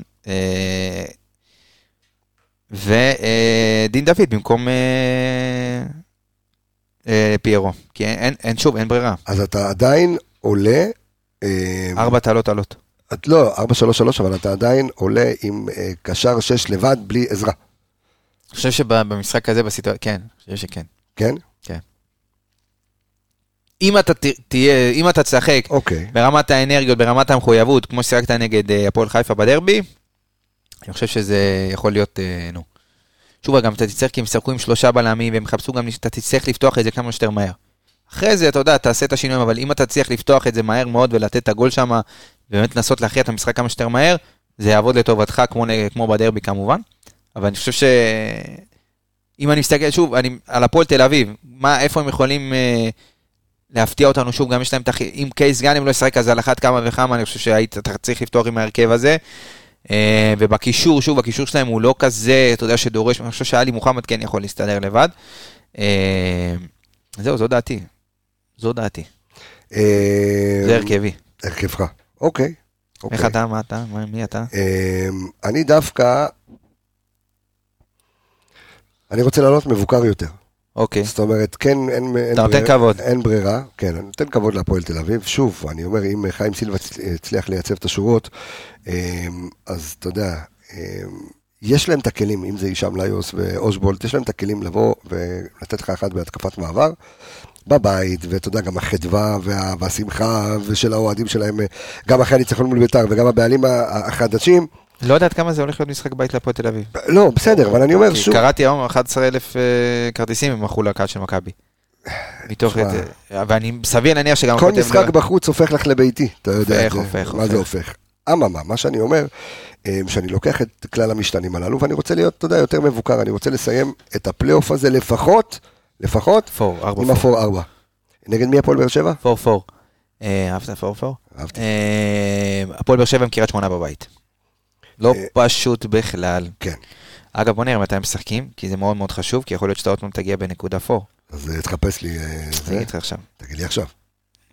ודין דוד במקום פיירו, כי אין שוב, אין ברירה. אז אתה עדיין עולה... ארבע תעלות עלות. לא, ארבע שלוש שלוש, אבל אתה עדיין עולה עם קשר שש לבד, בלי עזרה. אני חושב שבמשחק הזה בסיטואציה, כן, אני חושב שכן. כן? כן. אם אתה תהיה, אם אתה תשחק ברמת האנרגיות, ברמת המחויבות, כמו ששיחקת נגד הפועל חיפה בדרבי, אני חושב שזה יכול להיות, נו. שוב, גם אתה תצטרך, כי הם שחקו עם שלושה בלמים, והם חפשו גם, אתה תצטרך לפתוח את זה כמה שיותר מהר. אחרי זה, אתה יודע, תעשה את השינויים, אבל אם אתה תצטרך לפתוח את זה מהר מאוד, ולתת את הגול שם, ובאמת לנסות להכריע את המשחק כמה שיותר מהר, זה יעבוד לטובתך, כמו, כמו בדרבי כמובן. אבל אני חושב ש... אם אני מסתכל, שוב, אני, על הפועל תל אביב, מה, איפה הם יכולים אה, להפתיע אותנו, שוב, גם יש להם, תח... אם קייס גן הם לא ישחק, אז על אחת כמה וכמה, אני חושב שהיית צריך לפתוח עם ההרכב הזה, אה, ובקישור, שוב, הקישור שלהם הוא לא כזה, אתה יודע, שדורש, אני חושב שאלי מוחמד כן יכול להסתדר לבד. אה, זהו, זו דעתי. זו דעתי. אה... זה הרכבי. הרכבך, אוקיי. איך אתה, מה אתה, מי אתה? אה, אני דווקא... אני רוצה לעלות מבוקר יותר. אוקיי. זאת אומרת, כן, אין, אין, אתה נותן כבוד. אין ברירה, כן, אני נותן כבוד להפועל תל אביב. שוב, אני אומר, אם חיים סילבה הצליח לייצב את השורות, אז אתה יודע, יש להם את הכלים, אם זה הישאם ליוס ואושבולט, יש להם את הכלים לבוא ולתת לך אחד בהתקפת מעבר, בבית, ואתה יודע, גם החדווה וה, והשמחה ושל האוהדים שלהם, גם אחרי הניצחון מול בית"ר וגם הבעלים החדשים, לא יודעת כמה זה הולך להיות משחק בית להפועל תל אביב. לא, בסדר, אבל אני אומר שוב... קראתי היום אחד עשר אלף כרטיסים הם מכרו לקהל של מכבי. מתוך את... ואני סביר להניח שגם... כל משחק בחוץ הופך לך לביתי, אתה יודע הופך, הופך. מה זה הופך. אממה, מה שאני אומר, שאני לוקח את כלל המשתנים הללו, ואני רוצה להיות, אתה יודע, יותר מבוקר, אני רוצה לסיים את הפלייאוף הזה לפחות, לפחות, עם הפור ארבע. נגד מי הפועל באר שבע? פור פור. אהבת פור פור? אהבתי. הפועל באר שבע עם קריית שמונה בבית. לא פשוט בכלל. כן. אגב, בוא נראה מתי הם משחקים, כי זה מאוד מאוד חשוב, כי יכול להיות שאתה עוד פעם תגיע בנקודה פור. אז תחפש לי... תגיד לך עכשיו. תגיד לי עכשיו.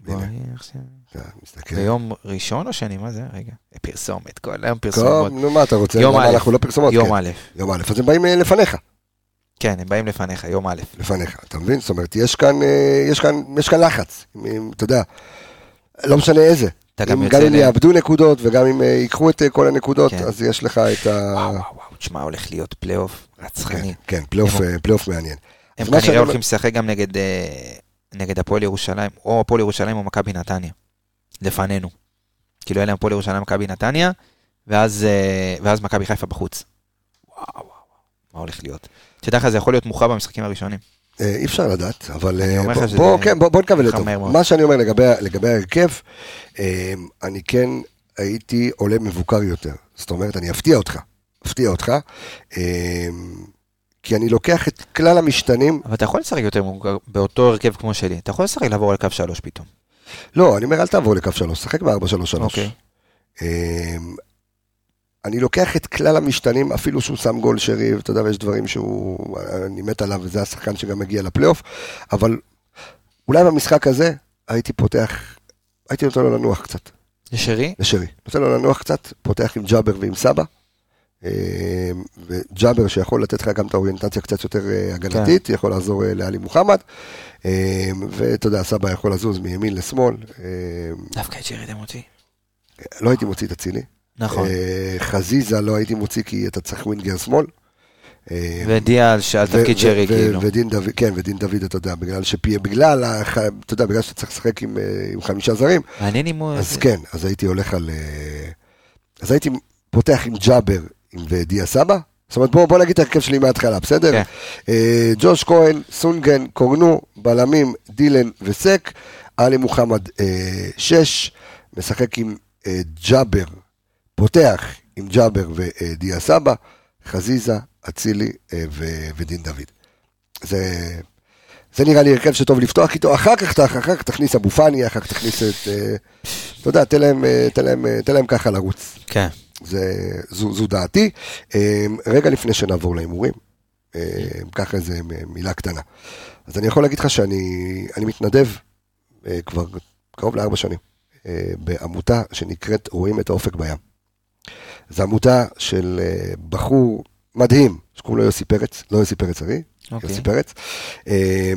בואי, הנה. עכשיו. אתה מסתכל. ביום ראשון או שני, מה זה? רגע, פרסומת, כל היום טוב, פרסומות. נו מה אתה רוצה? יום למה א', אנחנו לא פרסומות? יום כן. א', יום א', אז הם באים אה, לפניך. כן, הם באים לפניך, יום א'. לפניך, אתה מבין? זאת אומרת, יש כאן, אה, יש כאן, יש כאן לחץ. אם- אם, אתה יודע, לא משנה איזה. אתה גם אם יוצא גם אם ל- יאבדו נקודות וגם אם אה, ייקחו את אה, כל הנקודות, כן. אז יש לך את ה... וואו, וואו, וואו, תשמע, הולך להיות פלייאוף רצחני. כן, כן, פלייאוף, הם- אה, פלייאוף מעניין. הם אז מה שאני כנראה אומר- הולכים לשחק גם נגד, אה, נגד הפועל ירושלים, או הפועל ירושלים או מכבי נתניה, לפנינו. כאילו אלה הפועל ירושלים מכבי נתניה, ואז, אה, ואז מכבי חיפה בחוץ. וואו, וואו, וואו, מה הולך להיות? תדע לך, זה יכול להיות מוכרע במשחקים הראשונים. אה, אי אפשר לדעת, אבל אני אה, אומר לך בוא- שזה- בוא, כן, בוא בוא נקווה הולך לטוב. מהר מאוד. מה שאני אומר לגבי ה- לגבי ההרכב, אה, אני כן הייתי עולה מבוקר יותר. זאת אומרת, אני אפתיע אותך, אפתיע אותך, אה, כי אני לוקח את כלל המשתנים, אבל אתה יכול לשחק יותר מבוגר באותו הרכב כמו שלי. אתה יכול לשחק לעבור על קו שלוש פתאום. לא, אני אומר, אל תעבור לקו שלוש, שחק ב-ארבע שלוש שלוש. אוקיי. אמ, אני לוקח את כלל המשתנים, אפילו שהוא שם גול שרי, אתה יודע, ויש דברים שהוא, אני מת עליו, וזה השחקן שגם מגיע לפלייאוף, אבל אולי במשחק הזה הייתי פותח, הייתי נותן לו לנוח קצת, זה שרי? לשרי. נותן לו לנוח קצת, פותח עם ג'אבר ועם סבא, אמ, וג'אבר שיכול לתת לך גם את האוריינטציה קצת יותר אה, הגנתית, יכול לעזור אה, לאלי מוחמד, אמ, ואתה יודע, סבא יכול לזוז מימין לשמאל, אמ, דווקא את שרי דם אותי. לא הייתי מוציא את אצילי. נכון. אה, חזיזה לא הייתי מוציא כי אתה צריך ווינגר שמאל. אה, ודיה על ש- על ו- תפקיד ו- שרי, ו- כאילו. ודין דוד, כן, ודין דוד, אתה יודע, בגלל שפי, בגלל, הח- אתה יודע, בגלל שאתה צריך לשחק עם, אה, עם חמישה זרים, מעניין אם הוא... אז כן, אז הייתי הולך על, אה, אז הייתי פותח עם ג'אבר עם ודיה סבא, זאת אומרת, בוא, בוא נגיד את הרכב שלי מההתחלה, בסדר? כן. אה, ג'וש כהן, סונגן, קורנו, בלמים, דילן וסק, עלי מוחמד אה, שש, משחק עם אה, ג'אבר, פותח עם ג'אבר ודיה סבא, חזיזה, אצילי אה, ו- ודין דוד. זה, זה נראה לי הרכב שטוב לפתוח איתו, אחר כך, אחר כך תכניס אבו פאני, אחר כך תכניס את, אה, אתה יודע, תן להם, אה, תן להם, אה, תן להם ככה לרוץ. כן. זה, זו, זו דעתי. אה, רגע לפני שנעבור להימורים, אה, ככה איזה מילה קטנה. אז אני יכול להגיד לך שאני אני מתנדב אה, כבר קרוב לארבע שנים, אה, בעמותה שנקראת רואים את האופק בים. זו עמותה של אה, בחור מדהים, שקוראים לו יוסי פרץ, לא יוסי פרץ הרי, אוקיי. יוסי פרץ. אה,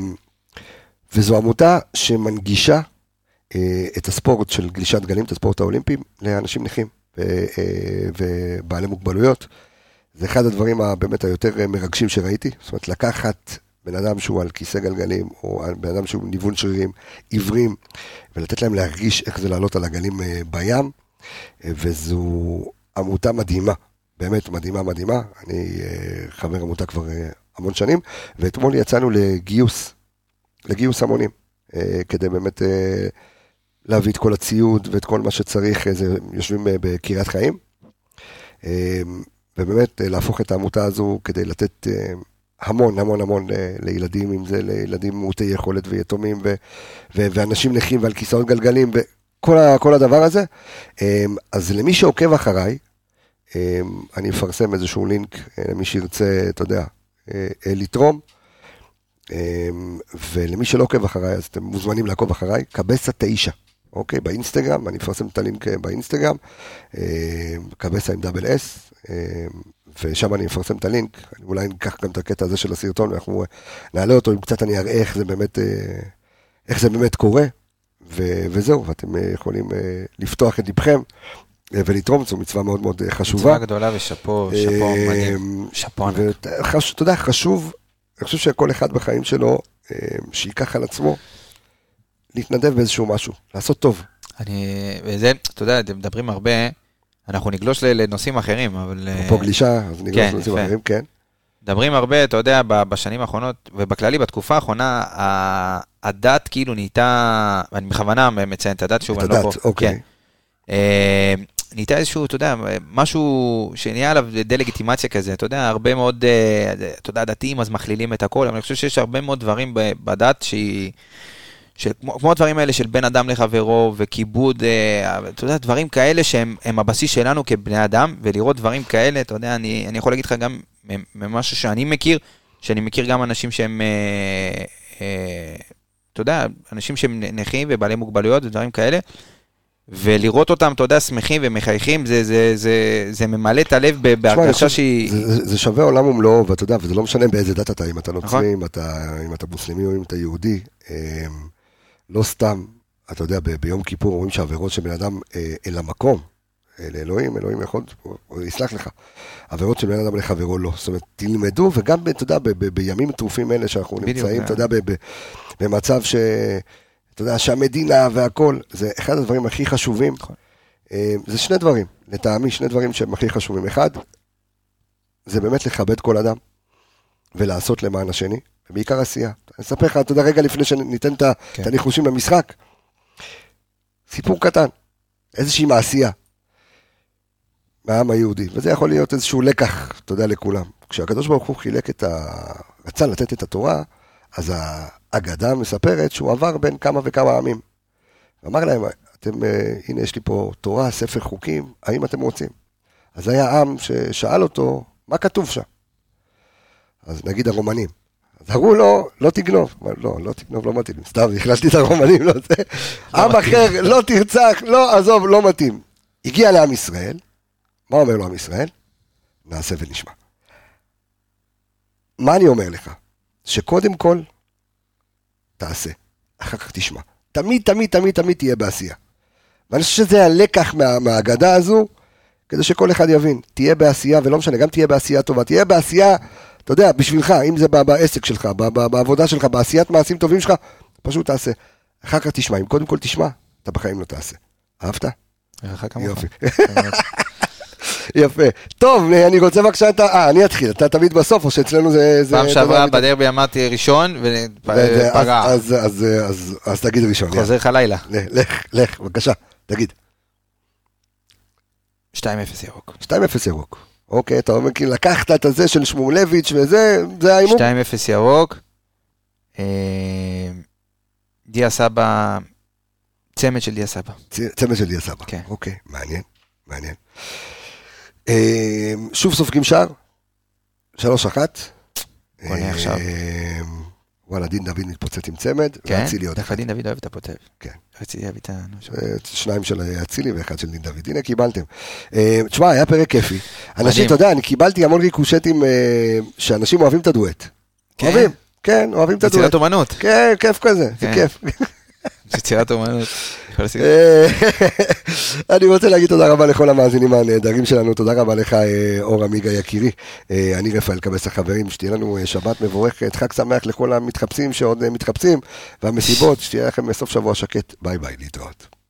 וזו עמותה שמנגישה אה, את הספורט של גלישת גלים, את הספורט האולימפי, לאנשים נכים ו- אה, ובעלי מוגבלויות. זה אחד הדברים הבאמת היותר מרגשים שראיתי, זאת אומרת לקחת בן אדם שהוא על כיסא גלגלים, או בן אדם שהוא ניוון שרירים, עיוורים, ולתת להם להרגיש איך זה לעלות על הגלים אה, בים, אה, וזו עמותה מדהימה, באמת מדהימה מדהימה, אני אה, חבר עמותה כבר אה, המון שנים, ואתמול יצאנו לגיוס, לגיוס המונים, אה, כדי באמת אה, להביא את כל הציוד ואת כל מה שצריך, אה, זה, יושבים אה, בקריית חיים, אה, ובאמת אה, להפוך את העמותה הזו כדי לתת אה, המון המון המון אה, לילדים, אם זה לילדים מעוטי יכולת ויתומים ו, ו, ואנשים נכים ועל כיסאות גלגלים וכל ה, כל הדבר הזה. אה, אז למי שעוקב אחריי, אה, אני אפרסם איזשהו לינק אה, למי שירצה, אתה יודע, אה, אה, לתרום. אה, ולמי שלא עוקב אחריי, אז אתם מוזמנים לעקוב אחריי, קבסה תשע. אוקיי, באינסטגרם, אני אפרסם את הלינק באינסטגרם, אה, קבסה עם דאבל אס, אה, ושם אני אפרסם את הלינק, אולי ניקח גם את הקטע הזה של הסרטון, ואנחנו נעלה אותו, אם קצת אני אראה איך זה באמת, אה, איך זה באמת קורה, ו- וזהו, ואתם אה, יכולים אה, לפתוח את לבכם, אה, ולתרום, זו מצווה מאוד מאוד אה, חשובה. מצווה גדולה ושפו, שפו אה, מדהים, שפו ענק. ואתה יודע, חשוב, אני חושב שכל אחד בחיים שלו, אה, שייקח על עצמו, להתנדב באיזשהו משהו, לעשות טוב. אני, וזה, אתה יודע, אתם מדברים הרבה, אנחנו נגלוש לנושאים אחרים, אבל... פה גלישה, אז נגלוש כן, לנושאים יפה. אחרים, כן. מדברים הרבה, אתה יודע, ב- בשנים האחרונות, ובכללי, בתקופה האחרונה, ה- הדת כאילו נהייתה, אני בכוונה מציין את הדת, שוב, את אני לא הדת, פה. אוקיי. כן. אה, נהייתה איזשהו, אתה יודע, משהו שנהיה עליו דה-לגיטימציה כזה, אתה יודע, הרבה מאוד, אה, אתה יודע, דתיים אז מכלילים את הכל, אבל אני חושב שיש הרבה מאוד דברים ב- בדת שהיא... של, כמו, כמו הדברים האלה של בין אדם לחברו וכיבוד, אה, אתה יודע, דברים כאלה שהם הם הבסיס שלנו כבני אדם, ולראות דברים כאלה, אתה יודע, אני, אני יכול להגיד לך גם ממשהו שאני מכיר, שאני מכיר גם אנשים שהם, אה, אה, אתה יודע, אנשים שהם נכים ובעלי מוגבלויות ודברים כאלה, ולראות אותם, אתה יודע, שמחים ומחייכים, זה, זה, זה, זה ממלא את הלב בהרגשה שהיא... זה, זה שווה עולם ומלואו, ואתה יודע, וזה לא משנה באיזה דת אתה, אם אתה נוצרי, אם אתה, אם אתה מוסלמי או אם אתה יהודי, לא סתם, אתה יודע, ב, ביום כיפור רואים שהעבירות של בן אדם אל המקום, לאלוהים, אלוהים יכול, הוא יסלח לך. עבירות של בן אדם לחברו לא. זאת אומרת, תלמדו, וגם, אתה יודע, ב, ב, בימים טרופים אלה שאנחנו נמצאים, אתה יודע, ב, ב, במצב ש... אתה יודע, שהמדינה והכל, זה אחד הדברים הכי חשובים. זה שני דברים, לטעמי, שני דברים שהם הכי חשובים. אחד, זה באמת לכבד כל אדם, ולעשות למען השני, ובעיקר עשייה. אני אספר לך, אתה יודע, רגע לפני שניתן את הניחושים למשחק, סיפור קטן, איזושהי מעשייה, מהעם היהודי, וזה יכול להיות איזשהו לקח, אתה יודע, לכולם. כשהקדוש ברוך הוא חילק את ה... רצה לתת את התורה, אז האגדה מספרת שהוא עבר בין כמה וכמה עמים. ואמר להם, אתם, הנה יש לי פה תורה, ספר חוקים, האם אתם רוצים? אז היה עם ששאל אותו, מה כתוב שם? אז נגיד הרומנים. אז אמרו לו, לא תגנוב. לא, לא תגנוב, לא מתאים. סתם, הכללתי את הרומנים, לא זה. עם אחר, לא תרצח, לא, עזוב, לא מתאים. הגיע לעם ישראל, מה אומר לו עם ישראל? נעשה ונשמע. מה אני אומר לך? שקודם כל, תעשה, אחר כך תשמע. תמיד, תמיד, תמיד, תמיד תהיה בעשייה. ואני חושב שזה הלקח מה, מהאגדה הזו, כדי שכל אחד יבין, תהיה בעשייה, ולא משנה, גם תהיה בעשייה טובה, תהיה בעשייה, אתה יודע, בשבילך, אם זה בעסק שלך, בעבודה שלך, בעשיית מעשים טובים שלך, פשוט תעשה. אחר כך תשמע, אם קודם כל תשמע, אתה בחיים לא תעשה. אהבת? יופי. יפה. טוב, אני רוצה בבקשה את ה... אה, אני אתחיל, אתה תמיד בסוף, או שאצלנו זה... פעם שעברה בדרבי אמרתי ראשון, ופגע. אז תגיד ראשון. חוזר לך לילה. לך, לך, בבקשה, תגיד. שתיים אפס ירוק. שתיים אפס ירוק. אוקיי, אתה אומר, כי לקחת את הזה של שמואלביץ' וזה, זה האימון? שתיים אפס ירוק. דיה סבא, צמד של דיה סבא. צמד של דיה סבא. כן. אוקיי, מעניין, מעניין. שוב סופגים שער, שלוש אחת. בואי עכשיו. וואלה, דין דוד מתפוצץ עם צמד, ואצילי עוד. דווקא דין דוד אוהב את הפוטב. כן. רציתי להביא את הנושא. שניים של אצילי ואחד של דין דוד. הנה, קיבלתם. תשמע, היה פרק כיפי. אנשים, אתה יודע, אני קיבלתי המון ריקושטים שאנשים אוהבים את הדואט. אוהבים, כן, אוהבים את הדואט. יצירת אומנות. כן, כיף כזה, זה כיף. יצירת אומנות. אני רוצה להגיד תודה רבה לכל המאזינים הנהדרים שלנו, תודה רבה לך אור עמיגה יקירי, אני רפאל קבס החברים, שתהיה לנו שבת מבורכת, חג שמח לכל המתחפשים שעוד מתחפשים, והמסיבות, שתהיה לכם סוף שבוע שקט, ביי ביי, להתראות.